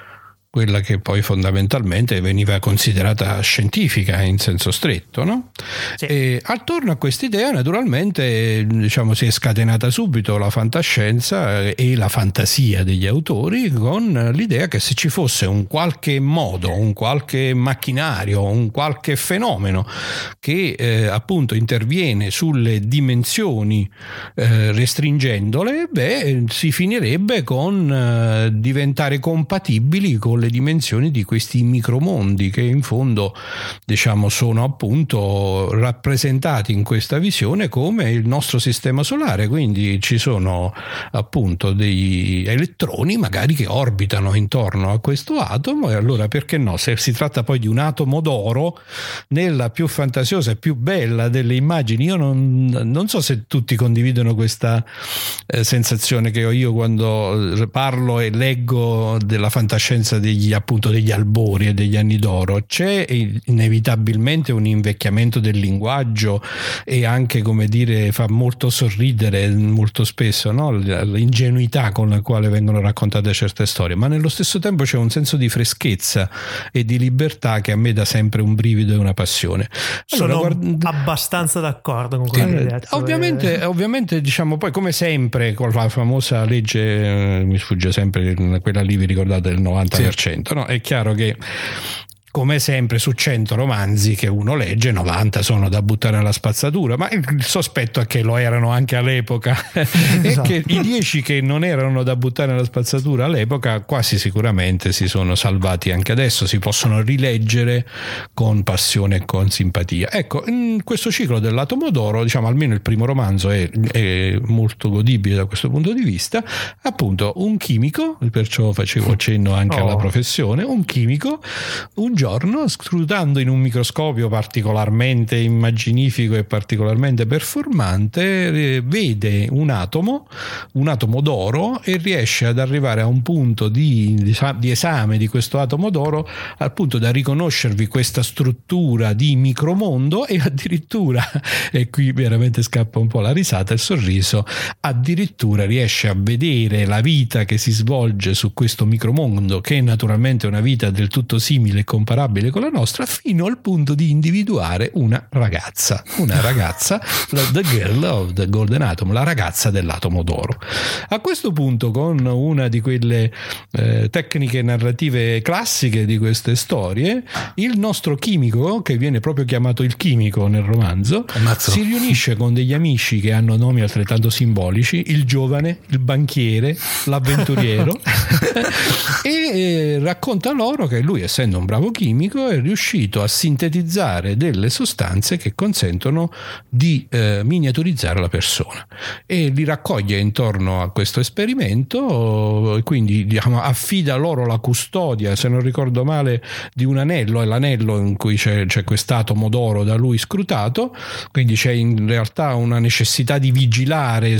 quella che poi fondamentalmente veniva considerata scientifica in senso stretto, no? Sì. E attorno a quest'idea naturalmente si è scatenata subito la fantascienza e la fantasia degli autori, con l'idea che se ci fosse un qualche modo, un qualche macchinario, un qualche fenomeno che appunto interviene sulle dimensioni restringendole, si finirebbe con diventare compatibili con le dimensioni di questi micromondi, che in fondo sono appunto rappresentati in questa visione come il nostro sistema solare. Quindi ci sono appunto degli elettroni magari che orbitano intorno a questo atomo, e allora perché no, se si tratta poi di un atomo d'oro, nella più fantasiosa e più bella delle immagini. Io non so se tutti condividono questa sensazione che ho io quando parlo e leggo della fantascienza degli albori e degli anni d'oro. C'è inevitabilmente un invecchiamento del linguaggio, e anche, come dire, fa molto sorridere molto spesso, no? L'ingenuità con la quale vengono raccontate certe storie, ma nello stesso tempo c'è un senso di freschezza e di libertà che a me dà sempre un brivido e una passione. Sono abbastanza d'accordo con quello che hai detto. Ovviamente poi, come sempre, con la famosa legge, mi sfugge sempre quella lì, vi ricordate, del 90%, no? È chiaro che, come sempre, su 100 romanzi che uno legge, 90 sono da buttare alla spazzatura, ma il sospetto è che lo erano anche all'epoca. E che i 10 che non erano da buttare alla spazzatura all'epoca quasi sicuramente si sono salvati anche adesso, si possono rileggere con passione e con simpatia. Ecco, in questo ciclo dell'atomo d'oro, almeno il primo romanzo è molto godibile da questo punto di vista. Appunto, un chimico, perciò facevo cenno anche alla professione, un chimico, un giorno, scrutando in un microscopio particolarmente immaginifico e particolarmente performante, vede un atomo d'oro e riesce ad arrivare a un punto di esame di questo atomo d'oro, al punto da riconoscervi questa struttura di micromondo, e addirittura, e qui veramente scappa un po' la risata, il sorriso, addirittura riesce a vedere la vita che si svolge su questo micromondo, che è naturalmente una vita del tutto simile e comparabile con la nostra, fino al punto di individuare una ragazza, the girl of the golden atom, la ragazza dell'atomo d'oro. A questo punto, con una di quelle tecniche narrative classiche di queste storie, il nostro chimico, che viene proprio chiamato il chimico nel romanzo, si riunisce con degli amici che hanno nomi altrettanto simbolici: il giovane, il banchiere, l'avventuriero e racconta loro che lui, essendo un bravo chimico, è riuscito a sintetizzare delle sostanze che consentono di miniaturizzare la persona, e li raccoglie intorno a questo esperimento, quindi affida loro la custodia, se non ricordo male, di un anello, è l'anello in cui c'è quest'atomo d'oro da lui scrutato, quindi c'è in realtà una necessità di vigilare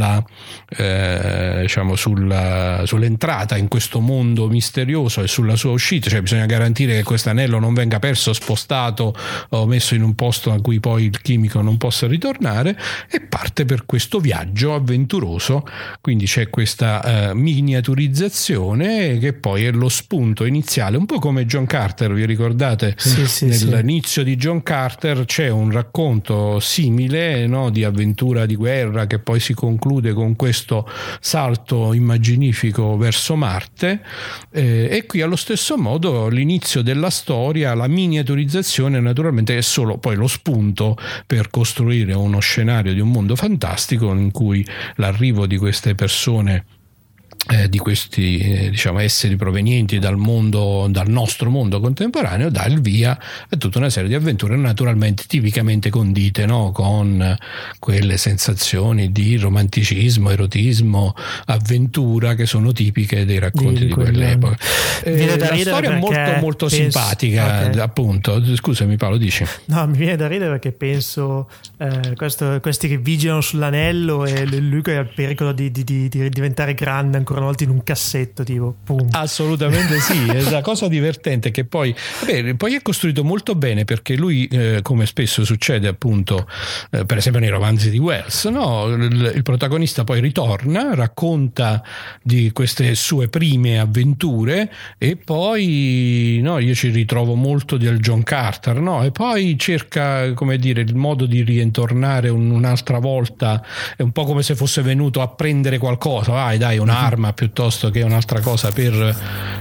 sull'entrata in questo mondo misterioso e sulla sua uscita, cioè bisogna garantire che questo anello non venga perso, spostato o messo in un posto a cui poi il chimico non possa ritornare, e parte per questo viaggio avventuroso. Quindi c'è questa miniaturizzazione che poi è lo spunto iniziale, un po' come John Carter, vi ricordate? Nell'inizio di John Carter c'è un racconto simile, no, di avventura di guerra, che poi si conclude con questo salto immaginifico verso Marte, e qui allo stesso modo l'inizio della storia, la miniaturizzazione naturalmente è solo poi lo spunto per costruire uno scenario di un mondo fantastico in cui l'arrivo di queste persone, di questi esseri provenienti dal nostro mondo contemporaneo, dà il via a tutta una serie di avventure, naturalmente tipicamente condite, no, con quelle sensazioni di romanticismo, erotismo, avventura che sono tipiche dei racconti di quell'epoca. La storia è molto molto simpatica, appunto. Scusami Paolo, dici? No, mi viene da ridere perché penso questi che vigilano sull'anello e lui che ha il pericolo di diventare grande ancora una volta in un cassetto, tipo pum. Assolutamente sì. È la cosa divertente che poi è costruito molto bene, perché lui, come spesso succede appunto per esempio nei romanzi di Wells, no? Il protagonista poi ritorna, racconta di queste sue prime avventure, e poi io ci ritrovo molto del John Carter, no? E poi cerca, come dire, il modo di rientornare un'altra volta, è un po' come se fosse venuto a prendere qualcosa, dai un'arma piuttosto che un'altra cosa per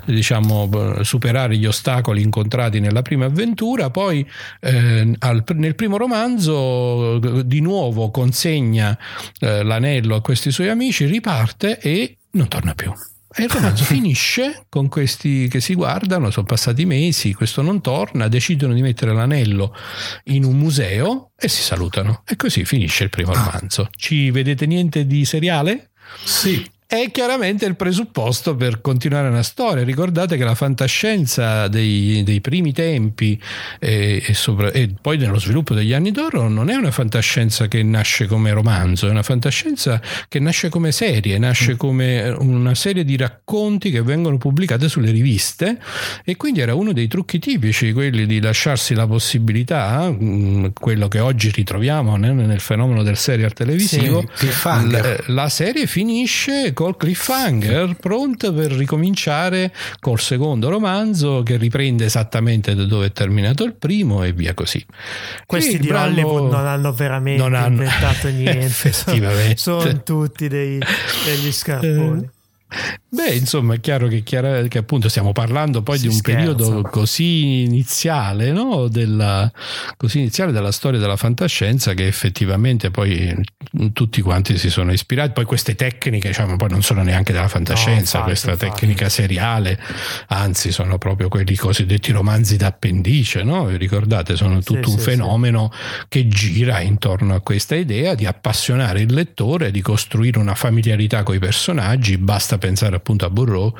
superare gli ostacoli incontrati nella prima avventura. Poi nel primo romanzo di nuovo consegna l'anello a questi suoi amici, riparte e non torna più. E il romanzo finisce con questi che si guardano, sono passati mesi, questo non torna, decidono di mettere l'anello in un museo e si salutano, e così finisce il primo romanzo. Ci vedete niente di seriale? Sì. È chiaramente il presupposto per continuare una storia. Ricordate che la fantascienza dei primi tempi e poi nello sviluppo degli anni d'oro non è una fantascienza che nasce come romanzo, è una fantascienza che nasce come serie, nasce come una serie di racconti che vengono pubblicate sulle riviste, e quindi era uno dei trucchi tipici, quelli di lasciarsi la possibilità, quello che oggi ritroviamo nel fenomeno del serial televisivo. La serie finisce col cliffhanger, pronto per ricominciare col secondo romanzo, che riprende esattamente da dove è terminato il primo, e via così. Questi di Hollywood non hanno veramente inventato niente, effettivamente. sono tutti degli scarponi. Beh, insomma, è chiaro che appunto stiamo parlando poi di un periodo così iniziale, no? Così iniziale della storia della fantascienza, che effettivamente poi tutti quanti si sono ispirati. Poi queste tecniche, poi non sono neanche della fantascienza, tecnica seriale, anzi sono proprio quelli cosiddetti romanzi d'appendice, no? Vi ricordate? Sono tutto un fenomeno che gira intorno a questa idea di appassionare il lettore, di costruire una familiarità coi personaggi. Basta pensare appunto a Burroughs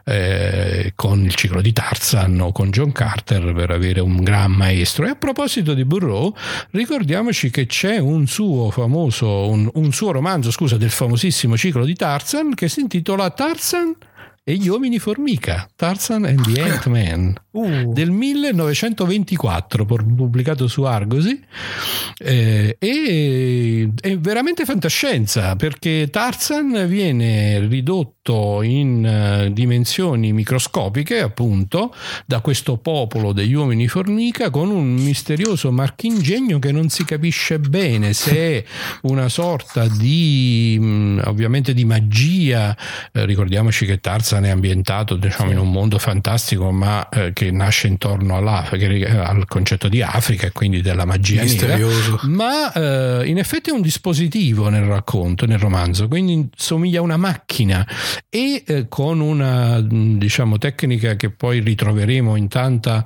con il ciclo di Tarzan o con John Carter per avere un gran maestro. E a proposito di Burroughs, ricordiamoci che c'è un suo romanzo, del famosissimo ciclo di Tarzan, che si intitola Tarzan e gli uomini formica, Tarzan and the Ant-Man, del 1924, pubblicato su Argosy, e è veramente fantascienza, perché Tarzan viene ridotto in dimensioni microscopiche appunto da questo popolo degli uomini formica, con un misterioso marchingegno che non si capisce bene se è una sorta di ovviamente di magia. Ricordiamoci che Tarzan è ambientato in un mondo fantastico, ma che nasce intorno al concetto di Africa e quindi della magia misterioso. Nera, ma in effetti è un dispositivo nel romanzo, quindi somiglia a una macchina, e con una tecnica che poi ritroveremo in tanta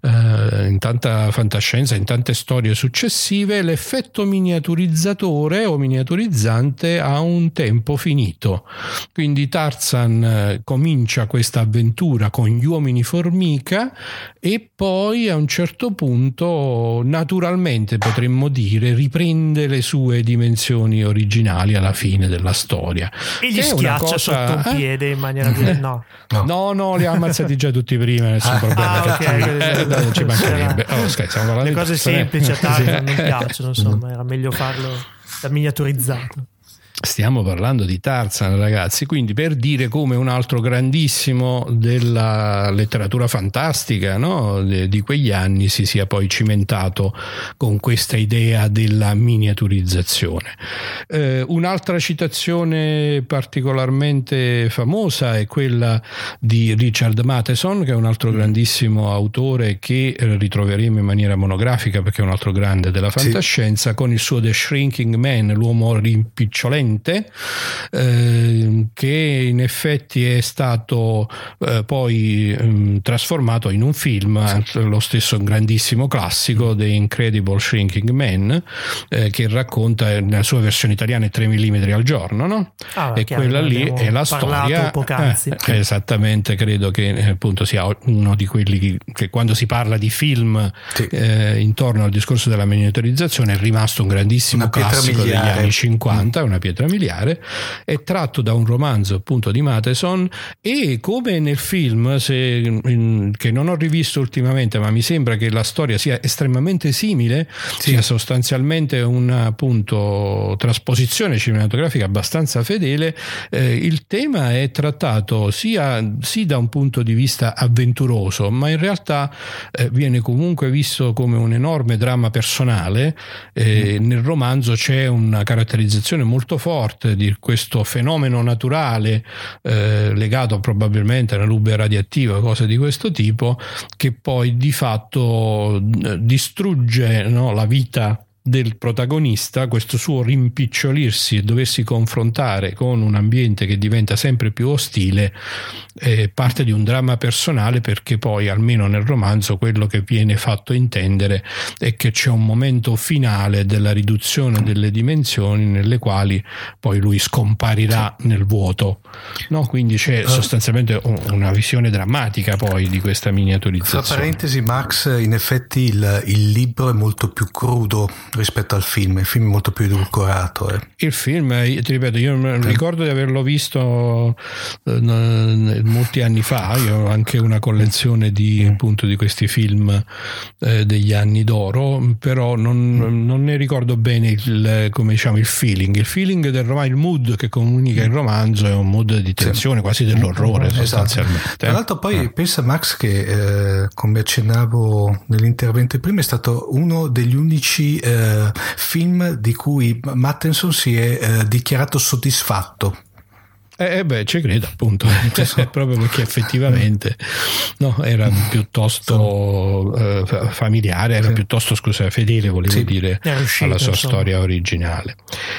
fantascienza, in tante storie successive. L'effetto miniaturizzatore o miniaturizzante ha un tempo finito, quindi Tarzan comincia questa avventura con gli uomini formica e poi a un certo punto, naturalmente potremmo dire, riprende le sue dimensioni originali alla fine della storia e gli schiaccia sotto un piede in maniera no, li ha ammazzati già tutti prima, nessun problema. Non ci mancherebbe. Le cose semplici a Tarzan non piacciono, insomma, era meglio farlo da miniaturizzato. Stiamo parlando di Tarzan, ragazzi, quindi per dire come un altro grandissimo della letteratura fantastica, no? di quegli anni si sia poi cimentato con questa idea della miniaturizzazione. Un'altra citazione particolarmente famosa è quella di Richard Matheson, che è un altro grandissimo autore che ritroveremo in maniera monografica perché è un altro grande della fantascienza, con il suo The Shrinking Man, l'uomo rimpicciolente, che in effetti è stato poi trasformato in un film, lo stesso grandissimo classico The Incredible Shrinking Man, che racconta nella sua versione italiana 3 mm al giorno, no? E quella lì è la storia esattamente, credo che appunto sia uno di quelli che quando si parla di film intorno al discorso della miniaturizzazione è rimasto un grandissimo classico degli anni 50, una pietra miliare. È tratto da un romanzo appunto di Matheson, e come nel film che non ho rivisto ultimamente, ma mi sembra che la storia sia estremamente simile, sia sostanzialmente una appunto trasposizione cinematografica abbastanza fedele. Il tema è trattato sì da un punto di vista avventuroso, ma in realtà viene comunque visto come un enorme dramma personale. Nel romanzo c'è una caratterizzazione molto forte di questo fenomeno naturale legato probabilmente alla nube radioattiva, cose di questo tipo, che poi di fatto distrugge la vita del protagonista, questo suo rimpicciolirsi e doversi confrontare con un ambiente che diventa sempre più ostile, parte di un dramma personale, perché poi almeno nel romanzo quello che viene fatto intendere è che c'è un momento finale della riduzione delle dimensioni nelle quali poi lui scomparirà nel vuoto, no? Quindi c'è sostanzialmente una visione drammatica poi di questa miniaturizzazione. Tra parentesi, Max, in effetti il libro è molto più crudo rispetto al film. Il film è molto più edulcorato. Il film, ti ripeto, io ricordo di averlo visto molti anni fa. Io ho anche una collezione di questi film degli anni d'oro, però non ne ricordo bene il feeling del romanzo, il mood che comunica il romanzo è un mood di tensione, quasi dell'orrore, sostanzialmente. Tra l'altro poi pensa, Max, che come accennavo nell'intervento prima, è stato uno degli unici film di cui Matheson si è dichiarato soddisfatto. Ci credo, appunto, proprio perché effettivamente era piuttosto familiare, era piuttosto fedele, volevo dire, alla sua storia originale.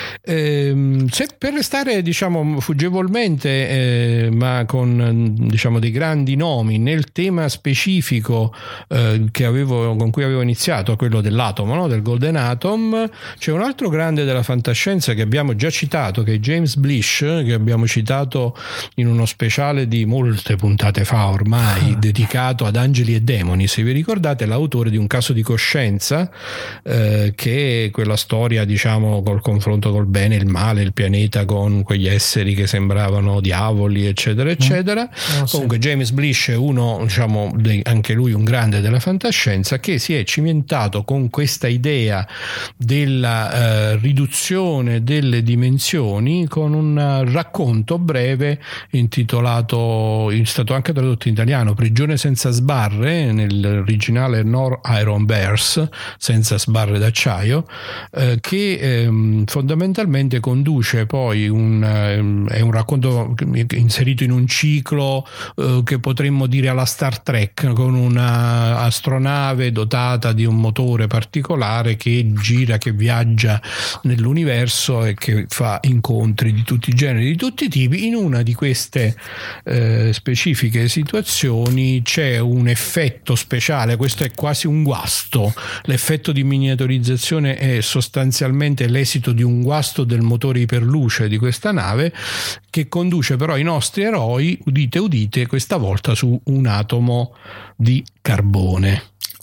Se per restare fuggevolmente, ma con dei grandi nomi nel tema specifico con cui avevo iniziato, quello dell'atomo, no? Del Golden Atom, c'è un altro grande della fantascienza che abbiamo già citato, che è James Blish, che abbiamo citato citato in uno speciale di molte puntate fa ormai, dedicato ad angeli e demoni. Se vi ricordate, l'autore di Un caso di coscienza, che è quella storia, diciamo, col confronto col bene e il male, il pianeta con quegli esseri che sembravano diavoli, eccetera eccetera. Comunque James Blish è uno, diciamo, anche lui un grande della fantascienza, che si è cimentato con questa idea della riduzione delle dimensioni con un racconto breve intitolato, è stato anche tradotto in italiano, Prigione senza sbarre, nell'originale No Iron Bears, senza sbarre d'acciaio, che fondamentalmente conduce poi è un racconto inserito in un ciclo che potremmo dire alla Star Trek, con una astronave dotata di un motore particolare che gira, che viaggia nell'universo e che fa incontri di tutti i generi, di tutti i tipi. In una di queste specifiche situazioni c'è un effetto speciale, questo è quasi un guasto, l'effetto di miniaturizzazione è sostanzialmente l'esito di un guasto del motore iperluce di questa nave, che conduce però i nostri eroi, udite udite, questa volta su un atomo di carbone.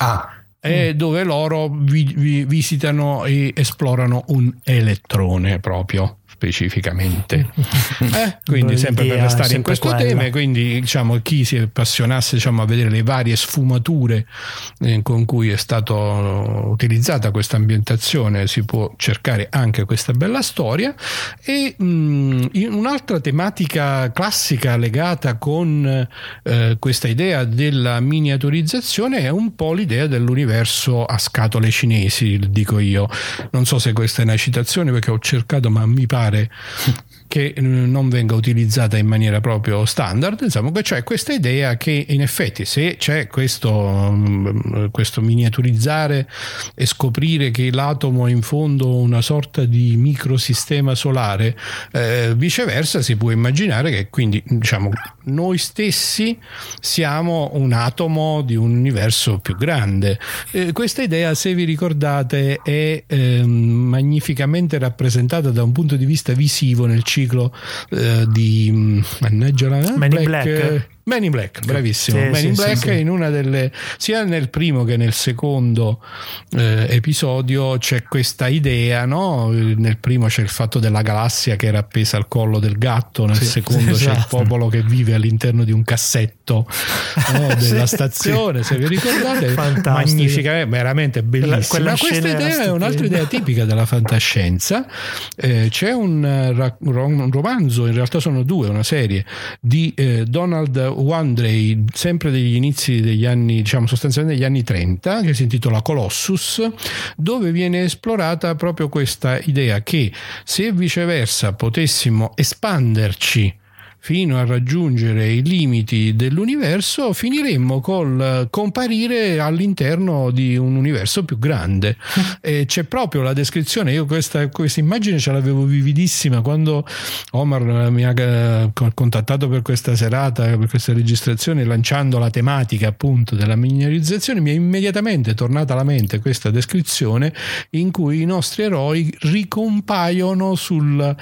Dove loro visitano e esplorano un elettrone proprio specificamente. Quindi sempre per restare in questo tema, quindi diciamo chi si appassionasse, diciamo, a vedere le varie sfumature con cui è stata utilizzata questa ambientazione, si può cercare anche questa bella storia. E un'altra tematica classica legata con questa idea della miniaturizzazione è un po' l'idea dell'universo a scatole cinesi, dico io. Non so se questa è una citazione, perché ho cercato, ma mi pare che non venga utilizzata in maniera proprio standard. Insomma, c'è questa idea che in effetti, se c'è questo miniaturizzare e scoprire che l'atomo è in fondo una sorta di microsistema solare, viceversa si può immaginare che quindi, diciamo, noi stessi siamo un atomo di un universo più grande. Questa idea, se vi ricordate, è magnificamente rappresentata da un punto di vista visivo nel ciclo di Man in Black, bravissimo. Man in Black, in una delle, sia nel primo che nel secondo episodio c'è questa idea, no? Nel primo c'è il fatto della galassia che era appesa al collo del gatto, nel secondo c'è il popolo che vive all'interno di un cassetto, no? Della stazione, se vi ricordate. Magnifica, veramente bellissima. Questa idea è un'altra idea tipica della fantascienza. C'è un romanzo, in realtà sono due, una serie di Donald Wandrei, sempre degli inizi degli anni, diciamo sostanzialmente degli anni 30, che si intitola Colossus, dove viene esplorata proprio questa idea che se viceversa potessimo espanderci fino a raggiungere i limiti dell'universo, finiremmo col comparire all'interno di un universo più grande. E c'è proprio la descrizione, io questa immagine ce l'avevo vividissima quando Omar mi ha contattato per questa serata, per questa registrazione, lanciando la tematica appunto della miniaturizzazione. Mi è immediatamente tornata alla mente questa descrizione in cui i nostri eroi ricompaiono su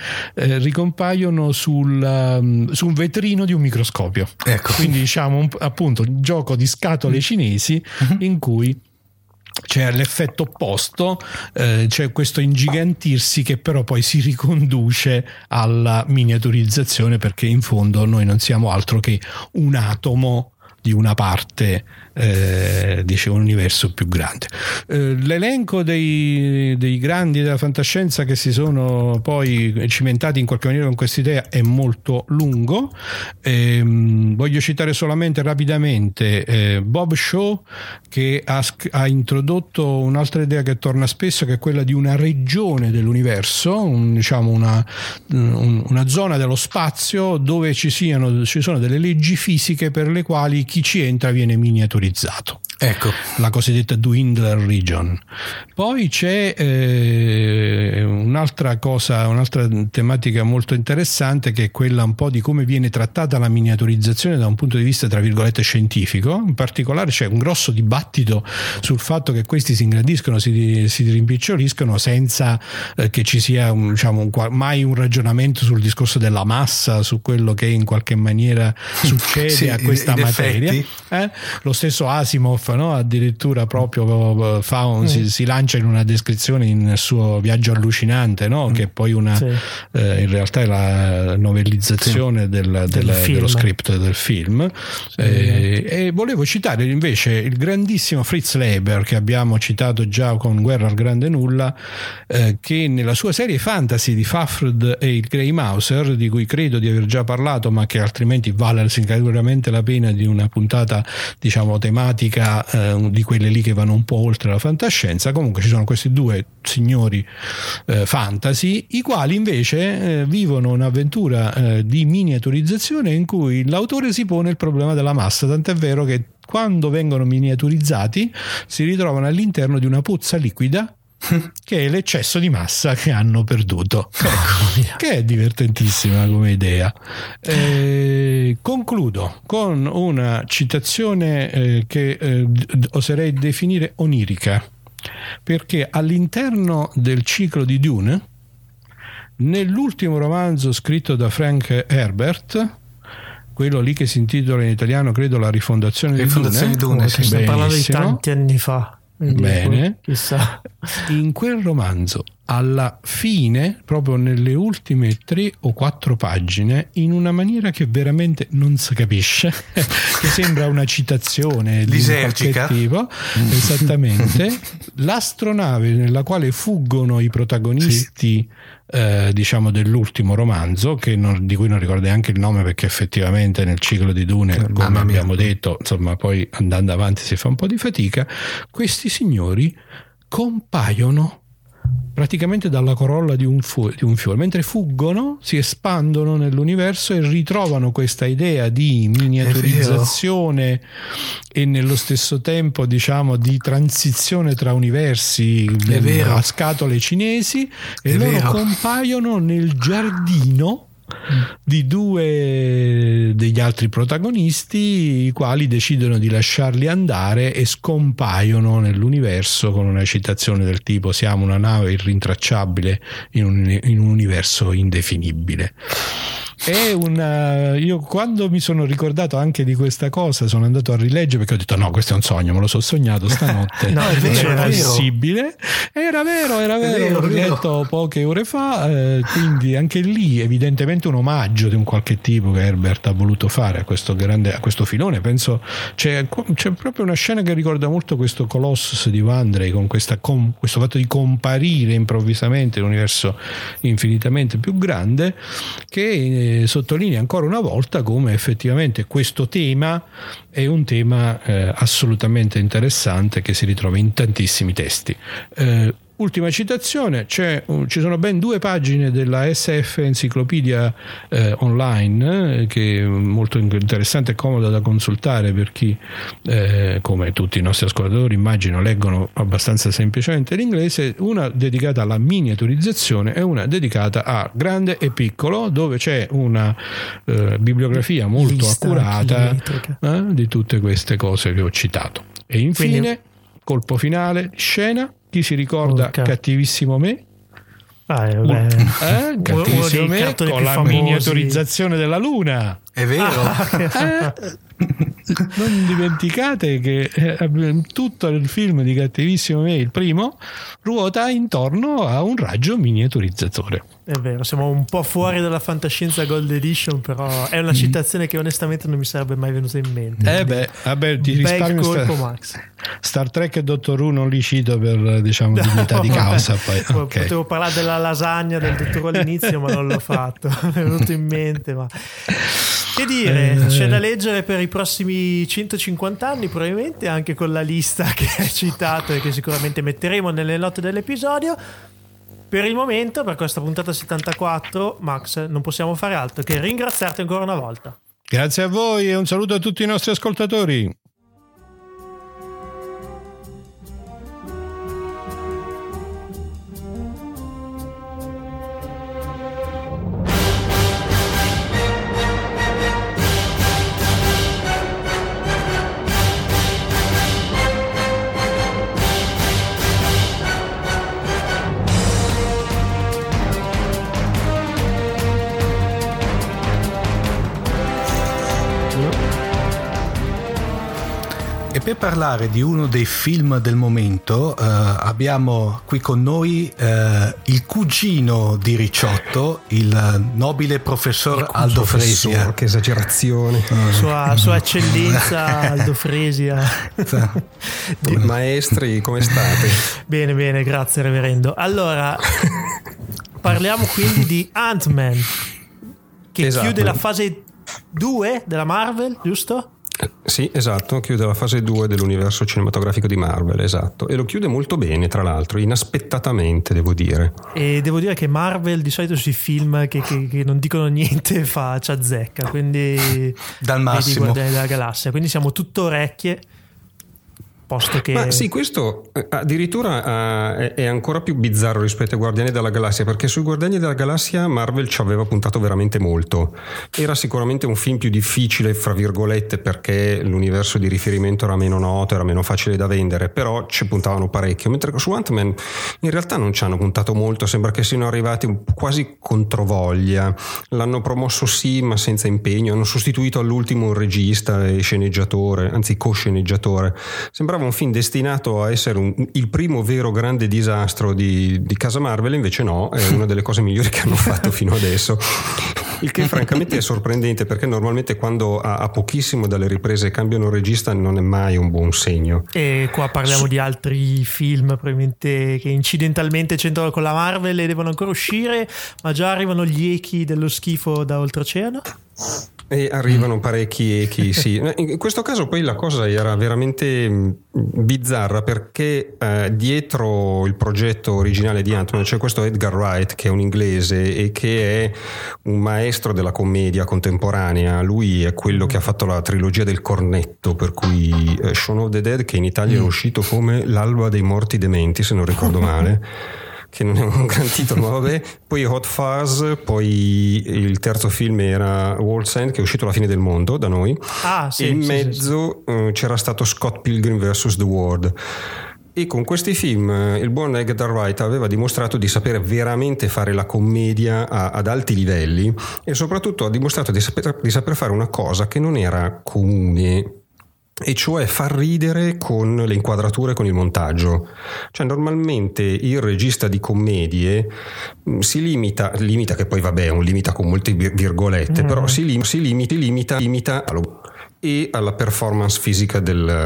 un vetrino di un microscopio. Ecco. Quindi diciamo appunto un gioco di scatole cinesi in cui c'è l'effetto opposto, c'è questo ingigantirsi che però poi si riconduce alla miniaturizzazione, perché in fondo noi non siamo altro che un atomo di una parte dice un universo più grande. L'elenco dei grandi della fantascienza che si sono poi cimentati in qualche maniera con questa idea è molto lungo. Voglio citare solamente rapidamente Bob Shaw, che ha introdotto un'altra idea che torna spesso, che è quella di una regione dell'universo, diciamo una zona dello spazio dove ci sono delle leggi fisiche per le quali chi ci entra viene miniaturizzato. Ecco, la cosiddetta Dwindler Region. Poi c'è un'altra tematica molto interessante, che è quella un po' di come viene trattata la miniaturizzazione da un punto di vista tra virgolette scientifico. In particolare c'è un grosso dibattito sul fatto che questi si ingrandiscono, si rimpiccioliscono senza che ci sia mai un ragionamento sul discorso della massa, su quello che in qualche maniera succede a questa materia. Lo stesso Asimov, no? Addirittura proprio si lancia in una descrizione in suo Viaggio allucinante, no? Che è poi in realtà è la novellizzazione dello script del film. E volevo citare invece il grandissimo Fritz Leiber, che abbiamo citato già con Guerra al Grande Nulla, che nella sua serie fantasy di Fafhrd e il Grey Mouser, di cui credo di aver già parlato, ma che altrimenti vale sicuramente la pena di una puntata tematica, di quelle lì che vanno un po' oltre la fantascienza. Comunque ci sono questi due signori fantasy, i quali invece vivono un'avventura di miniaturizzazione in cui l'autore si pone il problema della massa, tant'è vero che quando vengono miniaturizzati si ritrovano all'interno di una pozza liquida che è l'eccesso di massa che hanno perduto, che è divertentissima come idea. Concludo con una citazione che oserei definire onirica, perché all'interno del ciclo di Dune, nell'ultimo romanzo scritto da Frank Herbert, quello lì che si intitola in italiano credo La rifondazione di Dune, stiamo parlando di tanti anni fa. Bene, chissà. In quel romanzo, alla fine, proprio nelle ultime 3 o 4 pagine, in una maniera che veramente non si capisce, che sembra una citazione di lisergica, qualche tipo, esattamente, l'astronave nella quale fuggono i protagonisti dell'ultimo romanzo, di cui non ricordo neanche il nome, perché effettivamente nel ciclo di Dune, come abbiamo detto, insomma, poi andando avanti si fa un po' di fatica. Questi signori compaiono praticamente dalla corolla di un fiore, mentre fuggono, si espandono nell'universo e ritrovano questa idea di miniaturizzazione e nello stesso tempo di transizione tra universi a scatole cinesi, e loro compaiono nel giardino di 2 degli altri protagonisti, i quali decidono di lasciarli andare e scompaiono nell'universo con una citazione del tipo: siamo una nave irrintracciabile in un universo indefinibile. Io quando mi sono ricordato anche di questa cosa sono andato a rileggere, perché ho detto no, questo è un sogno, me lo sono sognato stanotte. No, è vero, era possibile, era vero, l'ho letto poche ore fa, quindi anche lì evidentemente un omaggio di un qualche tipo che Herbert ha voluto fare a questo filone. Penso c'è proprio una scena che ricorda molto questo Colossus di Vandrey, con questo fatto di comparire improvvisamente in un universo infinitamente più grande, che sottolinea ancora una volta come effettivamente questo tema è un tema assolutamente interessante, che si ritrova in tantissimi testi. Ultima citazione, ci sono ben 2 pagine della SF Enciclopedia online, che è molto interessante e comoda da consultare per chi, come tutti i nostri ascoltatori immagino, leggono abbastanza semplicemente l'inglese, una dedicata alla miniaturizzazione e una dedicata a grande e piccolo, dove c'è una bibliografia molto accurata di tutte queste cose che ho citato. E infine, colpo finale, scena. Chi si ricorda Cattivissimo Me? Cattivissimo Me con la miniaturizzazione della Luna. È vero. Non dimenticate che tutto il film di Cattivissimo Me, il primo, ruota intorno a un raggio miniaturizzatore. È vero, siamo un po' fuori dalla fantascienza Gold Edition, però è una citazione che onestamente non mi sarebbe mai venuta in mente. Ti risparmio colpo, Max. Star Trek e Doctor Who non li cito per dignità di causa. Poi. Okay. Potevo parlare della lasagna del dottore all'inizio, ma non l'ho fatto. Mi è venuto in mente, ma che dire, c'è da leggere per i prossimi 150 anni, probabilmente anche con la lista che hai citato e che sicuramente metteremo nelle note dell'episodio. Per il momento, per questa puntata 74, Max, non possiamo fare altro che ringraziarti ancora una volta. Grazie a voi e un saluto a tutti i nostri ascoltatori. Per parlare di uno dei film del momento abbiamo qui con noi il cugino di Ricciotto, il nobile professor Aldo Fresia. Che esagerazione. Sua eccellenza Aldo Fresia. Maestri, come state? Bene, grazie reverendo. Allora, parliamo quindi di Ant-Man, che chiude la fase 2 della Marvel, giusto? Sì, esatto, chiude la fase 2 dell'universo cinematografico di Marvel, esatto, e lo chiude molto bene, tra l'altro, inaspettatamente, devo dire. E devo dire che Marvel di solito sui film che non dicono niente ci azzecca, quindi dal massimo. Guardiani della Galassia, quindi siamo tutto orecchie. Posto che... Ma sì, questo addirittura è ancora più bizzarro rispetto ai Guardiani della Galassia, perché sui Guardiani della Galassia Marvel ci aveva puntato veramente molto. Era sicuramente un film più difficile, fra virgolette, perché l'universo di riferimento era meno noto, era meno facile da vendere, però ci puntavano parecchio, mentre su Ant-Man in realtà non ci hanno puntato molto, sembra che siano arrivati quasi controvoglia, l'hanno promosso sì ma senza impegno, hanno sostituito all'ultimo un regista e sceneggiatore, anzi co-sceneggiatore. Sembrava un film destinato a essere il primo vero grande disastro di casa Marvel, invece no, è una delle cose migliori che hanno fatto fino adesso, il che francamente è sorprendente, perché normalmente quando a pochissimo dalle riprese cambiano regista non è mai un buon segno. E qua parliamo di altri film probabilmente che incidentalmente c'entrano con la Marvel e devono ancora uscire, ma già arrivano gli echi dello schifo da oltreoceano? E arrivano parecchi echi, sì. In questo caso poi la cosa era veramente bizzarra, perché dietro il progetto originale di Ant-Man c'è questo Edgar Wright, che è un inglese e che è un maestro della commedia contemporanea. Lui è quello che ha fatto la trilogia del cornetto, per cui Shaun of the Dead, che in Italia è uscito come L'alba dei morti dementi, se non ricordo male, che non è un gran titolo, ma vabbè. Poi Hot Fuzz, poi il terzo film era World's End, che è uscito alla fine del mondo da noi, sì, e in mezzo c'era stato Scott Pilgrim vs. The World. E con questi film il buon Edgar Wright aveva dimostrato di sapere veramente fare la commedia ad alti livelli, e soprattutto ha dimostrato di saper fare una cosa che non era comune, e cioè far ridere con le inquadrature, con il montaggio. Cioè normalmente il regista di commedie si limita, che poi vabbè è un limita con molte virgolette, però si limita e alla performance fisica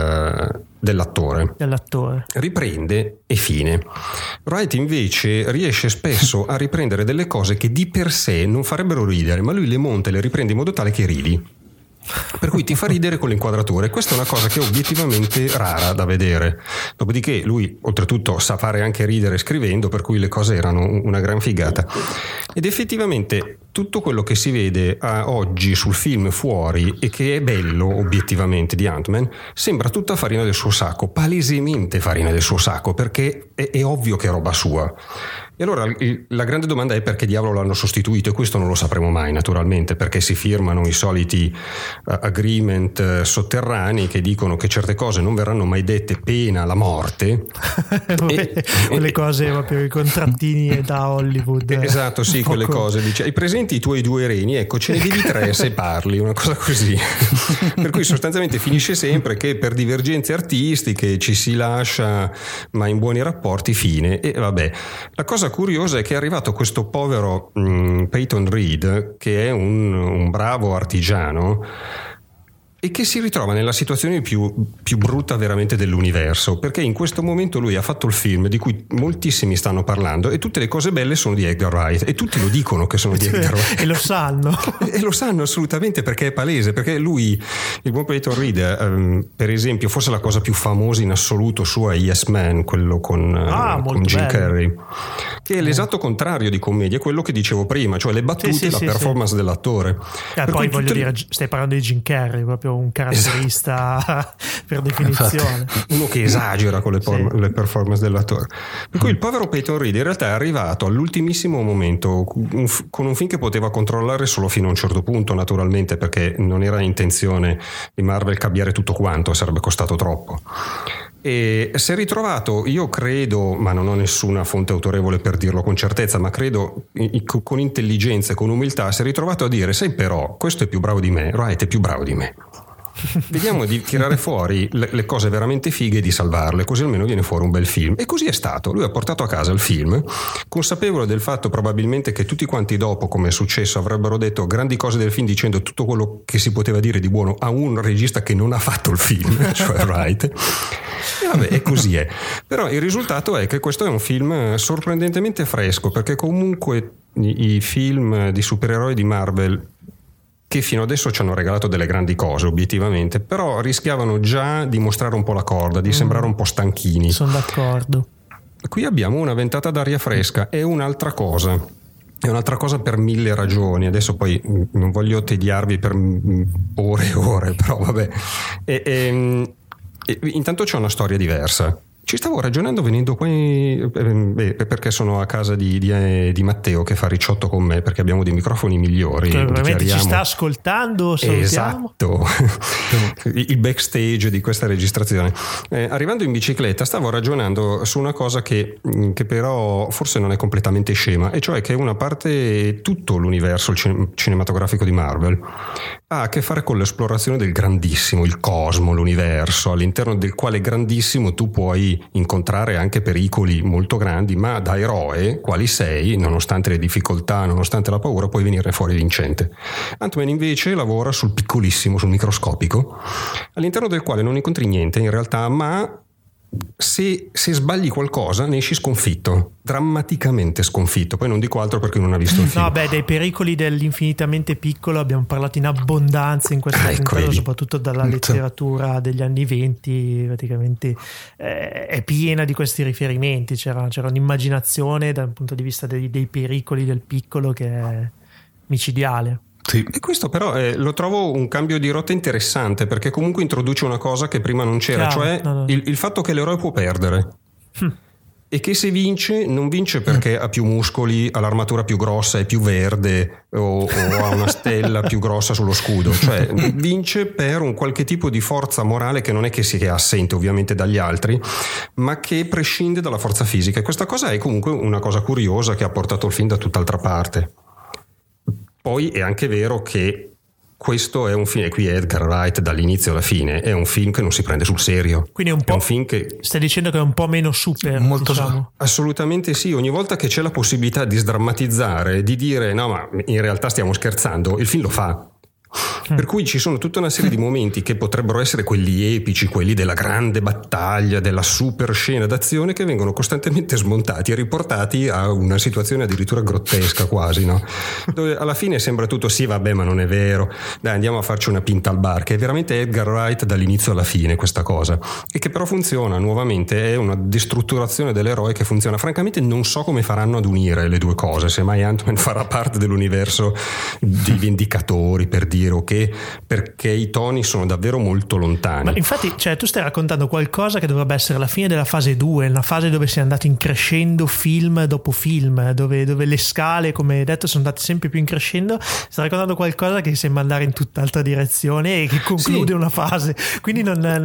dell'attore. Riprende e fine. Wright invece riesce spesso a riprendere delle cose che di per sé non farebbero ridere, ma lui le monta e le riprende in modo tale che ridi. Per cui ti fa ridere con le inquadrature. Questa è una cosa che è obiettivamente rara da vedere. Dopodiché lui oltretutto sa fare anche ridere scrivendo, per cui le cose erano una gran figata. Ed effettivamente tutto quello che si vede oggi sul film fuori e che è bello obiettivamente di Ant-Man sembra tutta farina del suo sacco, palesemente farina del suo sacco, perché è ovvio che è roba sua. E allora la grande domanda è: perché diavolo l'hanno sostituito? E questo non lo sapremo mai, naturalmente, perché si firmano i soliti agreement sotterranei che dicono che certe cose non verranno mai dette pena la morte. Quelle cose proprio, i contrattini da Hollywood. Esatto, sì, quelle cose. Dice: hai presenti i tuoi 2 reni? Ecco, ce ne devi 3 se parli, una cosa così. Per cui sostanzialmente finisce sempre che per divergenze artistiche ci si lascia, ma in buoni rapporti, fine. E vabbè, la cosa curiosa è che è arrivato questo povero Peyton Reed, che è un bravo artigiano e che si ritrova nella situazione più brutta veramente dell'universo, perché in questo momento lui ha fatto il film di cui moltissimi stanno parlando e tutte le cose belle sono di Edgar Wright e tutti lo dicono che sono di Edgar Wright e lo sanno e lo sanno assolutamente, perché è palese, perché lui, il buon Peyton Reed, per esempio, forse la cosa più famosa in assoluto sua è Yes Man, quello con Jim Carrey, che è l'esatto contrario di commedia, quello che dicevo prima, cioè le battute e la performance dell'attore. Poi voglio dire, stai parlando di Jim Carrey, proprio un caratterista per definizione. Infatti, uno che esagera con le performance dell'attore. Per cui il povero Peyton Reed in realtà è arrivato all'ultimissimo momento con un film che poteva controllare solo fino a un certo punto, naturalmente, perché non era intenzione di Marvel cambiare tutto quanto, sarebbe costato troppo. E si è ritrovato, io credo, ma non ho nessuna fonte autorevole per dirlo con certezza, ma credo con intelligenza e con umiltà, si è ritrovato a dire: sai, però questo è più bravo di me, Wright è più bravo di me. vediamo di tirare fuori le cose veramente fighe e di salvarle, così almeno viene fuori un bel film. E così è stato. Lui ha portato a casa il film, consapevole del fatto probabilmente che tutti quanti dopo, come è successo, avrebbero detto grandi cose del film dicendo tutto quello che si poteva dire di buono a un regista che non ha fatto il film, cioè Wright. E vabbè, e così è. Però il risultato è che questo è un film sorprendentemente fresco, perché comunque i film di supereroi di Marvel, che fino adesso ci hanno regalato delle grandi cose obiettivamente, però rischiavano già di mostrare un po' la corda, di sembrare un po' stanchini. Sono d'accordo. Qui abbiamo una ventata d'aria fresca e un'altra cosa. È un'altra cosa per 1000 ragioni. Adesso poi non voglio tediarvi per ore e ore, però vabbè. Intanto c'è una storia diversa. Ci stavo ragionando venendo qui perché sono a casa di Matteo che fa ricciotto con me, perché abbiamo dei microfoni migliori. Probabilmente ci sta ascoltando, salutiamo. Esatto. Il backstage di questa registrazione. Arrivando in bicicletta stavo ragionando su una cosa che però forse non è completamente scema, e cioè che una parte, tutto l'universo cinematografico di Marvel ha a che fare con l'esplorazione del grandissimo, il cosmo, l'universo, all'interno del quale grandissimo tu puoi incontrare anche pericoli molto grandi, ma da eroe quali sei, nonostante le difficoltà, nonostante la paura, puoi venirne fuori vincente. Ant-Man invece lavora sul piccolissimo, sul microscopico, all'interno del quale non incontri niente in realtà, ma se sbagli qualcosa ne esci sconfitto, drammaticamente sconfitto. Poi non dico altro perché non ha visto il film. No, beh, dei pericoli dell'infinitamente piccolo abbiamo parlato in abbondanza in questa puntata, soprattutto dalla letteratura degli anni 20, praticamente è piena di questi riferimenti. C'era un'immaginazione dal punto di vista dei pericoli del piccolo che è micidiale. Sì. E questo però lo trovo un cambio di rotta interessante, perché comunque introduce una cosa che prima non c'era, cioè il fatto che l'eroe può perdere e che se vince non vince perché ha più muscoli, ha l'armatura più grossa, è più verde o ha una stella più grossa sullo scudo, cioè vince per un qualche tipo di forza morale che non è che sia assente ovviamente dagli altri, ma che prescinde dalla forza fisica, e questa cosa è comunque una cosa curiosa che ha portato il film da tutt'altra parte. Poi è anche vero che questo è un film, e qui Edgar Wright dall'inizio alla fine è un film che non si prende sul serio. Quindi è un film che stai dicendo che è un po' meno super, molto diciamo. Assolutamente sì. Ogni volta che c'è la possibilità di sdrammatizzare, di dire no ma in realtà stiamo scherzando, il film lo fa. Per cui ci sono tutta una serie di momenti che potrebbero essere quelli epici, quelli della grande battaglia, della super scena d'azione, che vengono costantemente smontati e riportati a una situazione addirittura grottesca quasi, no? Dove alla fine sembra tutto sì vabbè ma non è vero, dai andiamo a farci una pinta al bar, che è veramente Edgar Wright dall'inizio alla fine questa cosa, e che però funziona nuovamente, è una destrutturazione dell'eroe che funziona. Francamente non so come faranno ad unire le due cose, se mai Ant-Man farà parte dell'universo dei Vendicatori, per dire, o che, perché i toni sono davvero molto lontani. Ma infatti, cioè, tu stai raccontando qualcosa che dovrebbe essere la fine della fase 2, una fase dove si è andato in crescendo film dopo film, dove le scale, come hai detto, sono andate sempre più in crescendo. Stai raccontando qualcosa che sembra andare in tutt'altra direzione e che conclude una fase, quindi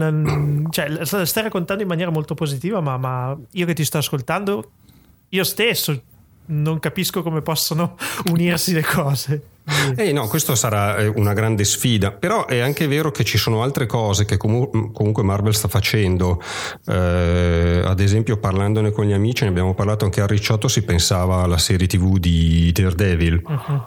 cioè, stai raccontando in maniera molto positiva, ma io che ti sto ascoltando, io stesso non capisco come possono unirsi le cose. No, questo sarà una grande sfida, però è anche vero che ci sono altre cose che comunque Marvel sta facendo. Ad esempio, parlandone con gli amici, ne abbiamo parlato anche a Ricciotto, si pensava alla serie TV di Daredevil,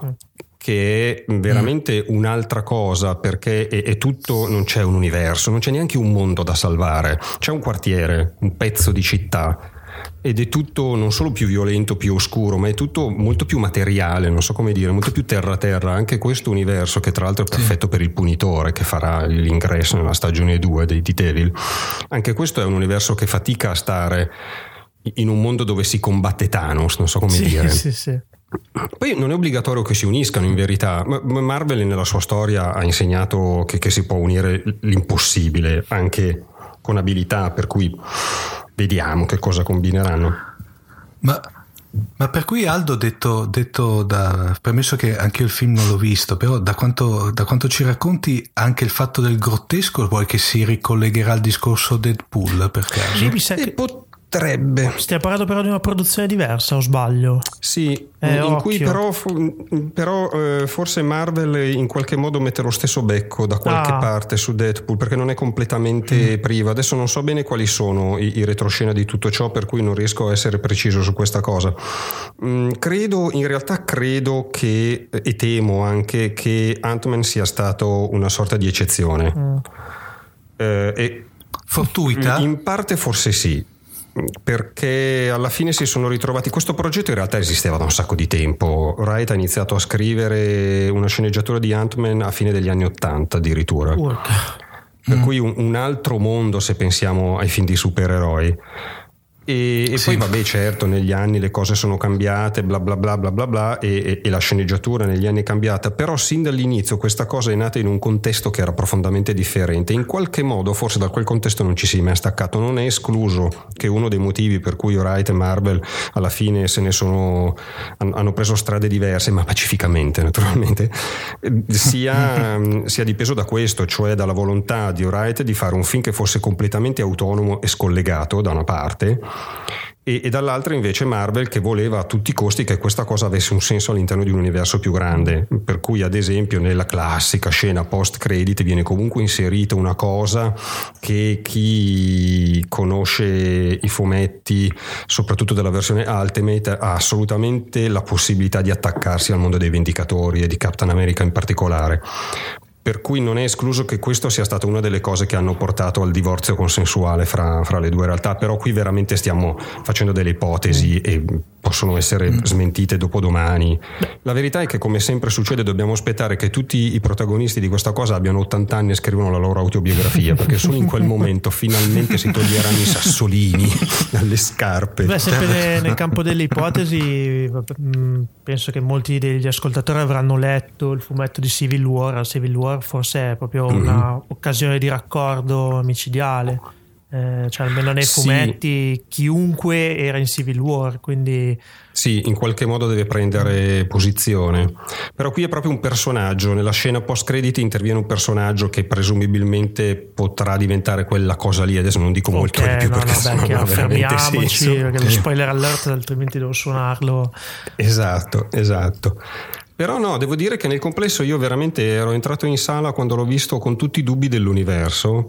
che è veramente un'altra cosa, perché è tutto, non c'è un universo, non c'è neanche un mondo da salvare, c'è un quartiere, un pezzo di città, ed è tutto non solo più violento, più oscuro, ma è tutto molto più materiale, non so come dire, molto più terra-terra. Anche questo universo, che tra l'altro è perfetto per il Punitore, che farà l'ingresso nella stagione 2 di Devil, anche questo è un universo che fatica a stare in un mondo dove si combatte Thanos, non so come dire. Sì. Poi non è obbligatorio che si uniscano, in verità. Marvel nella sua storia ha insegnato che si può unire l'impossibile anche con abilità, per cui vediamo che cosa combineranno. Ma per cui Aldo, detto premesso che anche io il film non l'ho visto, però da quanto ci racconti, anche il fatto del grottesco vuoi che si ricollegherà al discorso Deadpool per caso? Potrebbe. Stiamo parlando però di una produzione diversa, o sbaglio? Sì, in cui però forse Marvel in qualche modo mette lo stesso becco da qualche parte su Deadpool, perché non è completamente priva. Adesso non so bene quali sono i retroscena di tutto ciò, per cui non riesco a essere preciso su questa cosa. Credo che, e temo anche, che Ant-Man sia stato una sorta di eccezione. E fortuita? In parte forse sì, perché alla fine si sono ritrovati. Questo progetto in realtà esisteva da un sacco di tempo. Wright ha iniziato a scrivere una sceneggiatura di Ant-Man a fine degli anni '80 addirittura, per cui un altro mondo se pensiamo ai film di supereroi. E poi vabbè, certo, negli anni le cose sono cambiate, bla bla bla bla bla bla, e la sceneggiatura negli anni è cambiata, però sin dall'inizio questa cosa è nata in un contesto che era profondamente differente. In qualche modo forse da quel contesto non ci si è mai staccato. Non è escluso che uno dei motivi per cui Wright e Marvel alla fine hanno preso strade diverse, ma pacificamente naturalmente, sia dipeso da questo, cioè dalla volontà di Wright di fare un film che fosse completamente autonomo e scollegato da una parte, e dall'altra invece Marvel che voleva a tutti i costi che questa cosa avesse un senso all'interno di un universo più grande, per cui ad esempio nella classica scena post credit viene comunque inserita una cosa che chi conosce i fumetti, soprattutto della versione Ultimate, ha assolutamente la possibilità di attaccarsi al mondo dei Vendicatori e di Captain America in particolare. Per cui non è escluso che questo sia stata una delle cose che hanno portato al divorzio consensuale fra le due realtà, però qui veramente stiamo facendo delle ipotesi e possono essere smentite dopodomani. La verità è che, come sempre succede, dobbiamo aspettare che tutti i protagonisti di questa cosa abbiano 80 anni e scrivono la loro autobiografia, perché solo in quel momento finalmente si toglieranno i sassolini dalle scarpe. Beh, sempre nel campo delle ipotesi, penso che molti degli ascoltatori avranno letto il fumetto di Civil War. Civil War forse è proprio una occasione di raccordo micidiale, cioè almeno nei fumetti chiunque era in Civil War, quindi sì, in qualche modo deve prendere posizione. Però qui è proprio un personaggio, nella scena post crediti interviene un personaggio che presumibilmente potrà diventare quella cosa lì. Adesso non dico molto di più, perché sennò fermiamoci, perché lo spoiler alert, altrimenti devo suonarlo. Esatto. Però no, devo dire che nel complesso io veramente ero entrato in sala quando l'ho visto con tutti i dubbi dell'universo,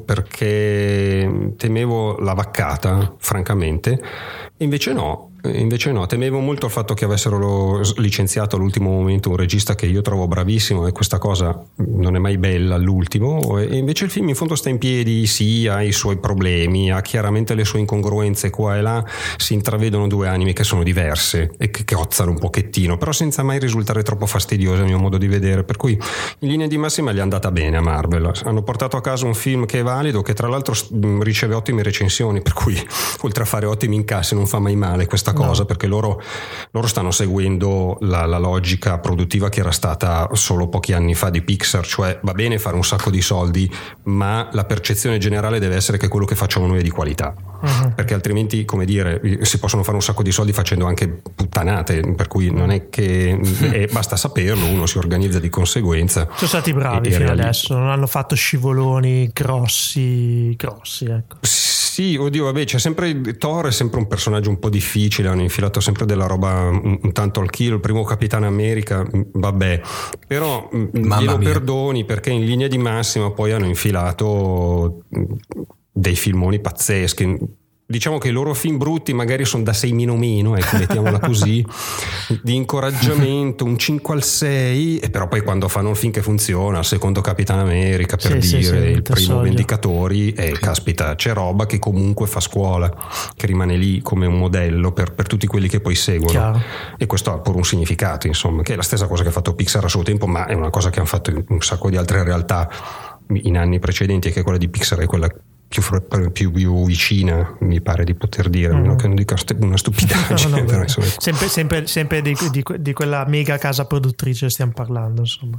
perché temevo la vaccata, francamente, e invece no, temevo molto il fatto che avessero licenziato all'ultimo momento un regista che io trovo bravissimo, e questa cosa non è mai bella all'ultimo, e invece il film in fondo sta in piedi, sì, ha i suoi problemi, ha chiaramente le sue incongruenze qua e là, si intravedono due anime che sono diverse e che ozzano un pochettino, però senza mai risultare troppo fastidiose a mio modo di vedere, per cui in linea di massima gli è andata bene a Marvel. Hanno portato a casa un film che è valido, che tra l'altro riceve ottime recensioni, per cui oltre a fare ottimi incassi non fa mai male questa cosa, perché loro stanno seguendo la logica produttiva che era stata solo pochi anni fa di Pixar, cioè va bene fare un sacco di soldi, ma la percezione generale deve essere che quello che facciamo noi è di qualità, perché altrimenti, come dire, si possono fare un sacco di soldi facendo anche puttanate, per cui non è che basta saperlo, uno si organizza di conseguenza. Sono stati bravi fino adesso, non hanno fatto scivoloni grossi, ecco. Sì, oddio, vabbè, c'è sempre Thor, è sempre un personaggio un po' difficile, hanno infilato sempre della roba un tanto al chilo. Il primo Capitano America, vabbè, però glielo perdoni, perché in linea di massima poi hanno infilato dei filmoni pazzeschi. Diciamo che i loro film brutti magari sono da 6 meno, ecco, mettiamola così, di incoraggiamento, un 5 al 6, e però poi quando fanno il film che funziona, il secondo Capitan America, per dire, il primo Vendicatori, caspita, c'è roba che comunque fa scuola, che rimane lì come un modello per tutti quelli che poi seguono. Chiaro. E questo ha pure un significato, insomma, che è la stessa cosa che ha fatto Pixar a suo tempo, ma è una cosa che hanno fatto in un sacco di altre realtà in anni precedenti, e che quella di Pixar è quella più vicina, mi pare di poter dire, meno che non dica una stupidaggine. No, però, sempre di quella mega casa produttrice stiamo parlando, insomma.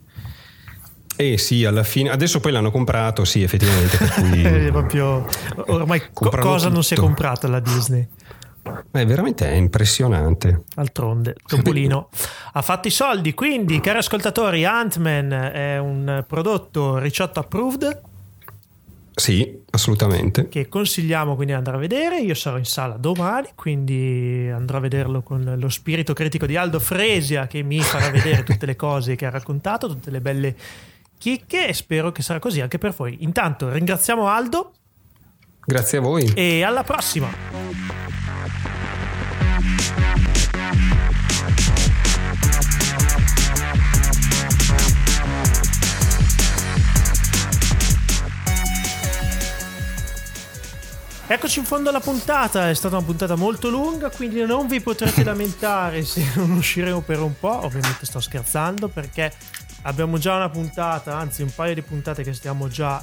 Sì, alla fine adesso poi l'hanno comprato, sì, effettivamente, per cui proprio ormai cosa tutto. Non si è comprata la Disney? Veramente è impressionante. D'altronde Topolino ha fatto i soldi, quindi, cari ascoltatori, Ant-Man è un prodotto Ricciotto approved. Sì, assolutamente. Che consigliamo quindi di andare a vedere. Io sarò in sala domani, quindi andrò a vederlo con lo spirito critico di Aldo Fresia, che mi farà vedere tutte le cose che ha raccontato, tutte le belle chicche, e spero che sarà così anche per voi. Intanto ringraziamo Aldo. Grazie a voi. E alla prossima. Eccoci in fondo alla puntata, è stata una puntata molto lunga, quindi non vi potrete lamentare se non usciremo per un po', ovviamente sto scherzando, perché abbiamo già una puntata, anzi un paio di puntate che stiamo già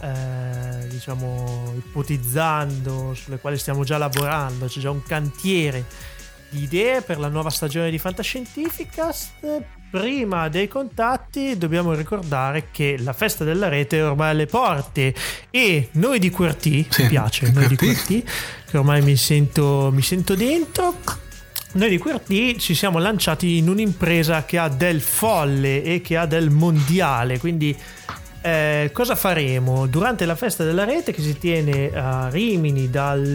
ipotizzando, sulle quali stiamo già lavorando, c'è già un cantiere di idee per la nuova stagione di Fantascientificast. Prima dei contatti dobbiamo ricordare che la festa della rete è ormai alle porte e noi di QWERTY, mi piace, noi di QWERTY, che ormai mi sento dentro, noi di QWERTY ci siamo lanciati in un'impresa che ha del folle e che ha del mondiale, quindi cosa faremo? Durante la festa della rete, che si tiene a Rimini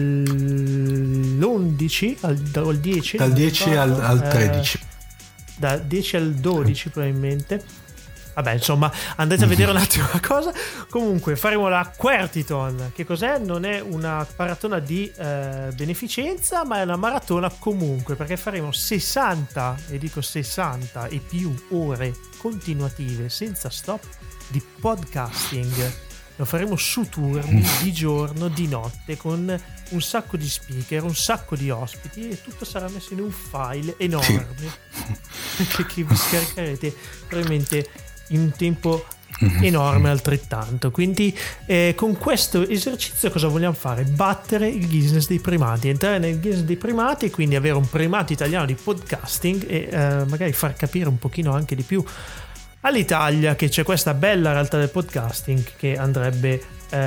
dall'11 al 10 al 13, da 10 al 12 probabilmente. Vabbè, insomma, andate a vedere un attimo la cosa. Comunque faremo la QWERTYthon. Che cos'è? Non è una maratona di beneficenza, ma è una maratona comunque, perché faremo 60 e più ore continuative senza stop di podcasting. Lo faremo su turni, di giorno, di notte, con un sacco di speaker, un sacco di ospiti, e tutto sarà messo in un file enorme che vi scaricherete probabilmente in un tempo enorme altrettanto. Quindi con questo esercizio cosa vogliamo fare? Battere il Guinness dei primati, entrare nel Guinness dei primati e quindi avere un primato italiano di podcasting e magari far capire un pochino anche di più all'Italia che c'è questa bella realtà del podcasting che andrebbe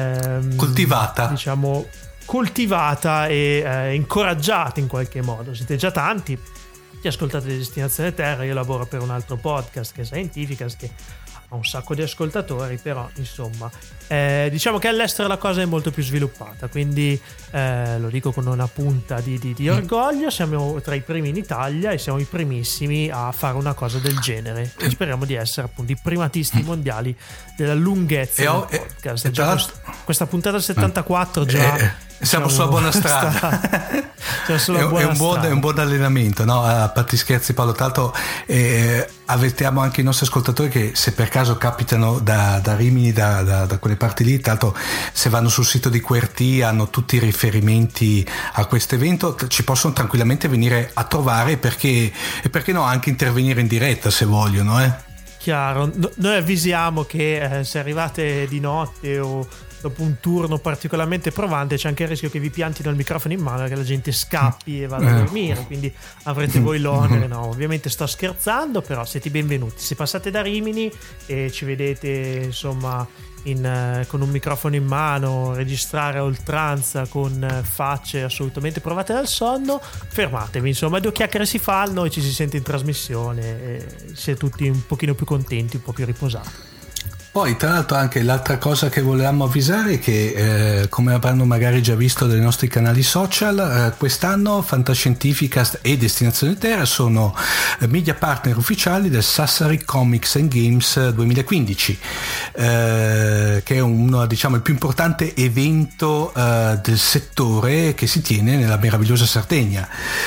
coltivata e incoraggiata in qualche modo. Siete già tanti che ascoltate Destinazione Terra, io lavoro per un altro podcast che è Scientificast, che ha un sacco di ascoltatori, però insomma diciamo che all'estero la cosa è molto più sviluppata, quindi lo dico con una punta di orgoglio, siamo tra i primi in Italia e siamo i primissimi a fare una cosa del genere e speriamo di essere appunto i primatisti mondiali della lunghezza del podcast. Già questa puntata 74 già siamo sulla buona strada. È un buon allenamento, no? A parte scherzi, Paolo, tra l'altro avvertiamo anche i nostri ascoltatori che se per caso capitano da Rimini, da quelle parti lì, tra l'altro se vanno sul sito di QWERTY hanno tutti i riferimenti a questo evento, ci possono tranquillamente venire a trovare, perché no anche intervenire in diretta se vogliono. Chiaro, noi avvisiamo che se arrivate di notte o dopo un turno particolarmente provante c'è anche il rischio che vi piantino il microfono in mano e che la gente scappi e vada a dormire, quindi avrete voi l'onere. No, ovviamente sto scherzando, però siete benvenuti. Se passate da Rimini e ci vedete insomma con un microfono in mano registrare a oltranza con facce assolutamente provate dal sonno, fermatevi, insomma 2 chiacchiere si fanno e ci si sente in trasmissione e si è tutti un pochino più contenti, un po' più riposati. Poi tra l'altro anche l'altra cosa che volevamo avvisare è che come avranno magari già visto dai nostri canali social, quest'anno Fantascientificast e Destinazione Terra sono media partner ufficiali del Sassari Comics and Games 2015, che è il più importante evento del settore che si tiene nella meravigliosa Sardegna.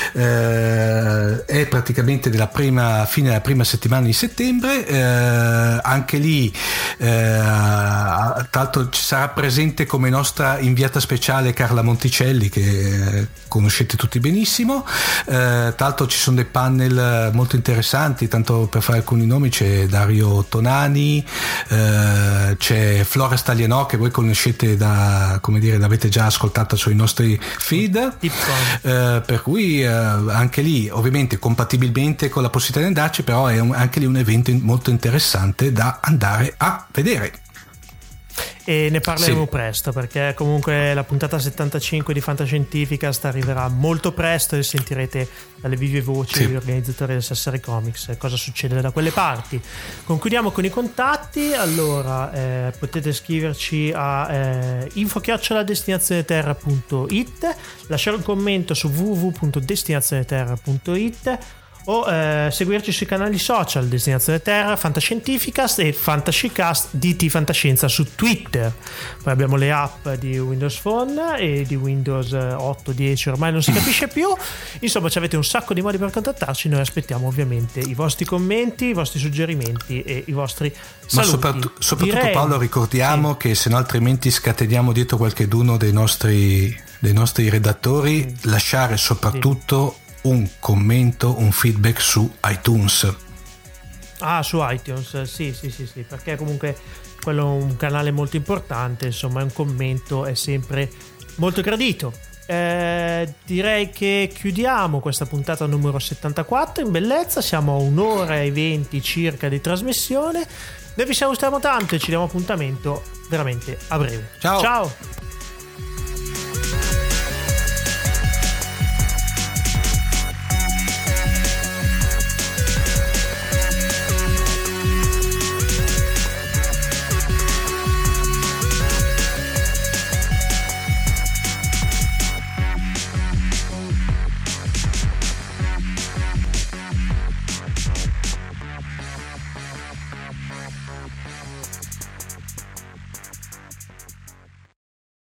È praticamente fine della prima settimana di settembre, anche lì tra l'altro ci sarà presente come nostra inviata speciale Carla Monticelli, che conoscete tutti benissimo. Tra l'altro ci sono dei panel molto interessanti, tanto per fare alcuni nomi c'è Dario Tonani, c'è Flora Staglianò, che voi conoscete l'avete già ascoltata sui nostri feed, per cui anche lì ovviamente compatibilmente con la possibilità di andarci, però è anche lì un evento molto interessante da andare a vedere. e ne parleremo presto, perché comunque la puntata 75 di Fantascientificast arriverà molto presto e sentirete dalle vive voci degli organizzatori del Sassari Comics cosa succede da quelle parti. Concludiamo con i contatti. Allora potete scriverci a info@destinazioneterra.it, lasciare un commento su www.destinazioneterra.it o seguirci sui canali social Destinazione Terra, Fantascientificast e Fantascicast DT Fantascienza su Twitter. Poi abbiamo le app di Windows Phone e di Windows 8, 10, ormai non si capisce più. Insomma, avete un sacco di modi per contattarci. Noi aspettiamo ovviamente i vostri commenti, i vostri suggerimenti e i vostri saluti. Ma soprattutto Paolo, ricordiamo che se no altrimenti scateniamo dietro qualcheduno dei nostri redattori, lasciare soprattutto un commento, un feedback su iTunes. Su iTunes, sì, perché comunque quello è un canale molto importante, insomma un commento è sempre molto gradito. Direi che chiudiamo questa puntata numero 74 in bellezza, siamo a 1:20 circa di trasmissione. Noi vi salutiamo tanto e ci diamo appuntamento veramente a breve. Ciao!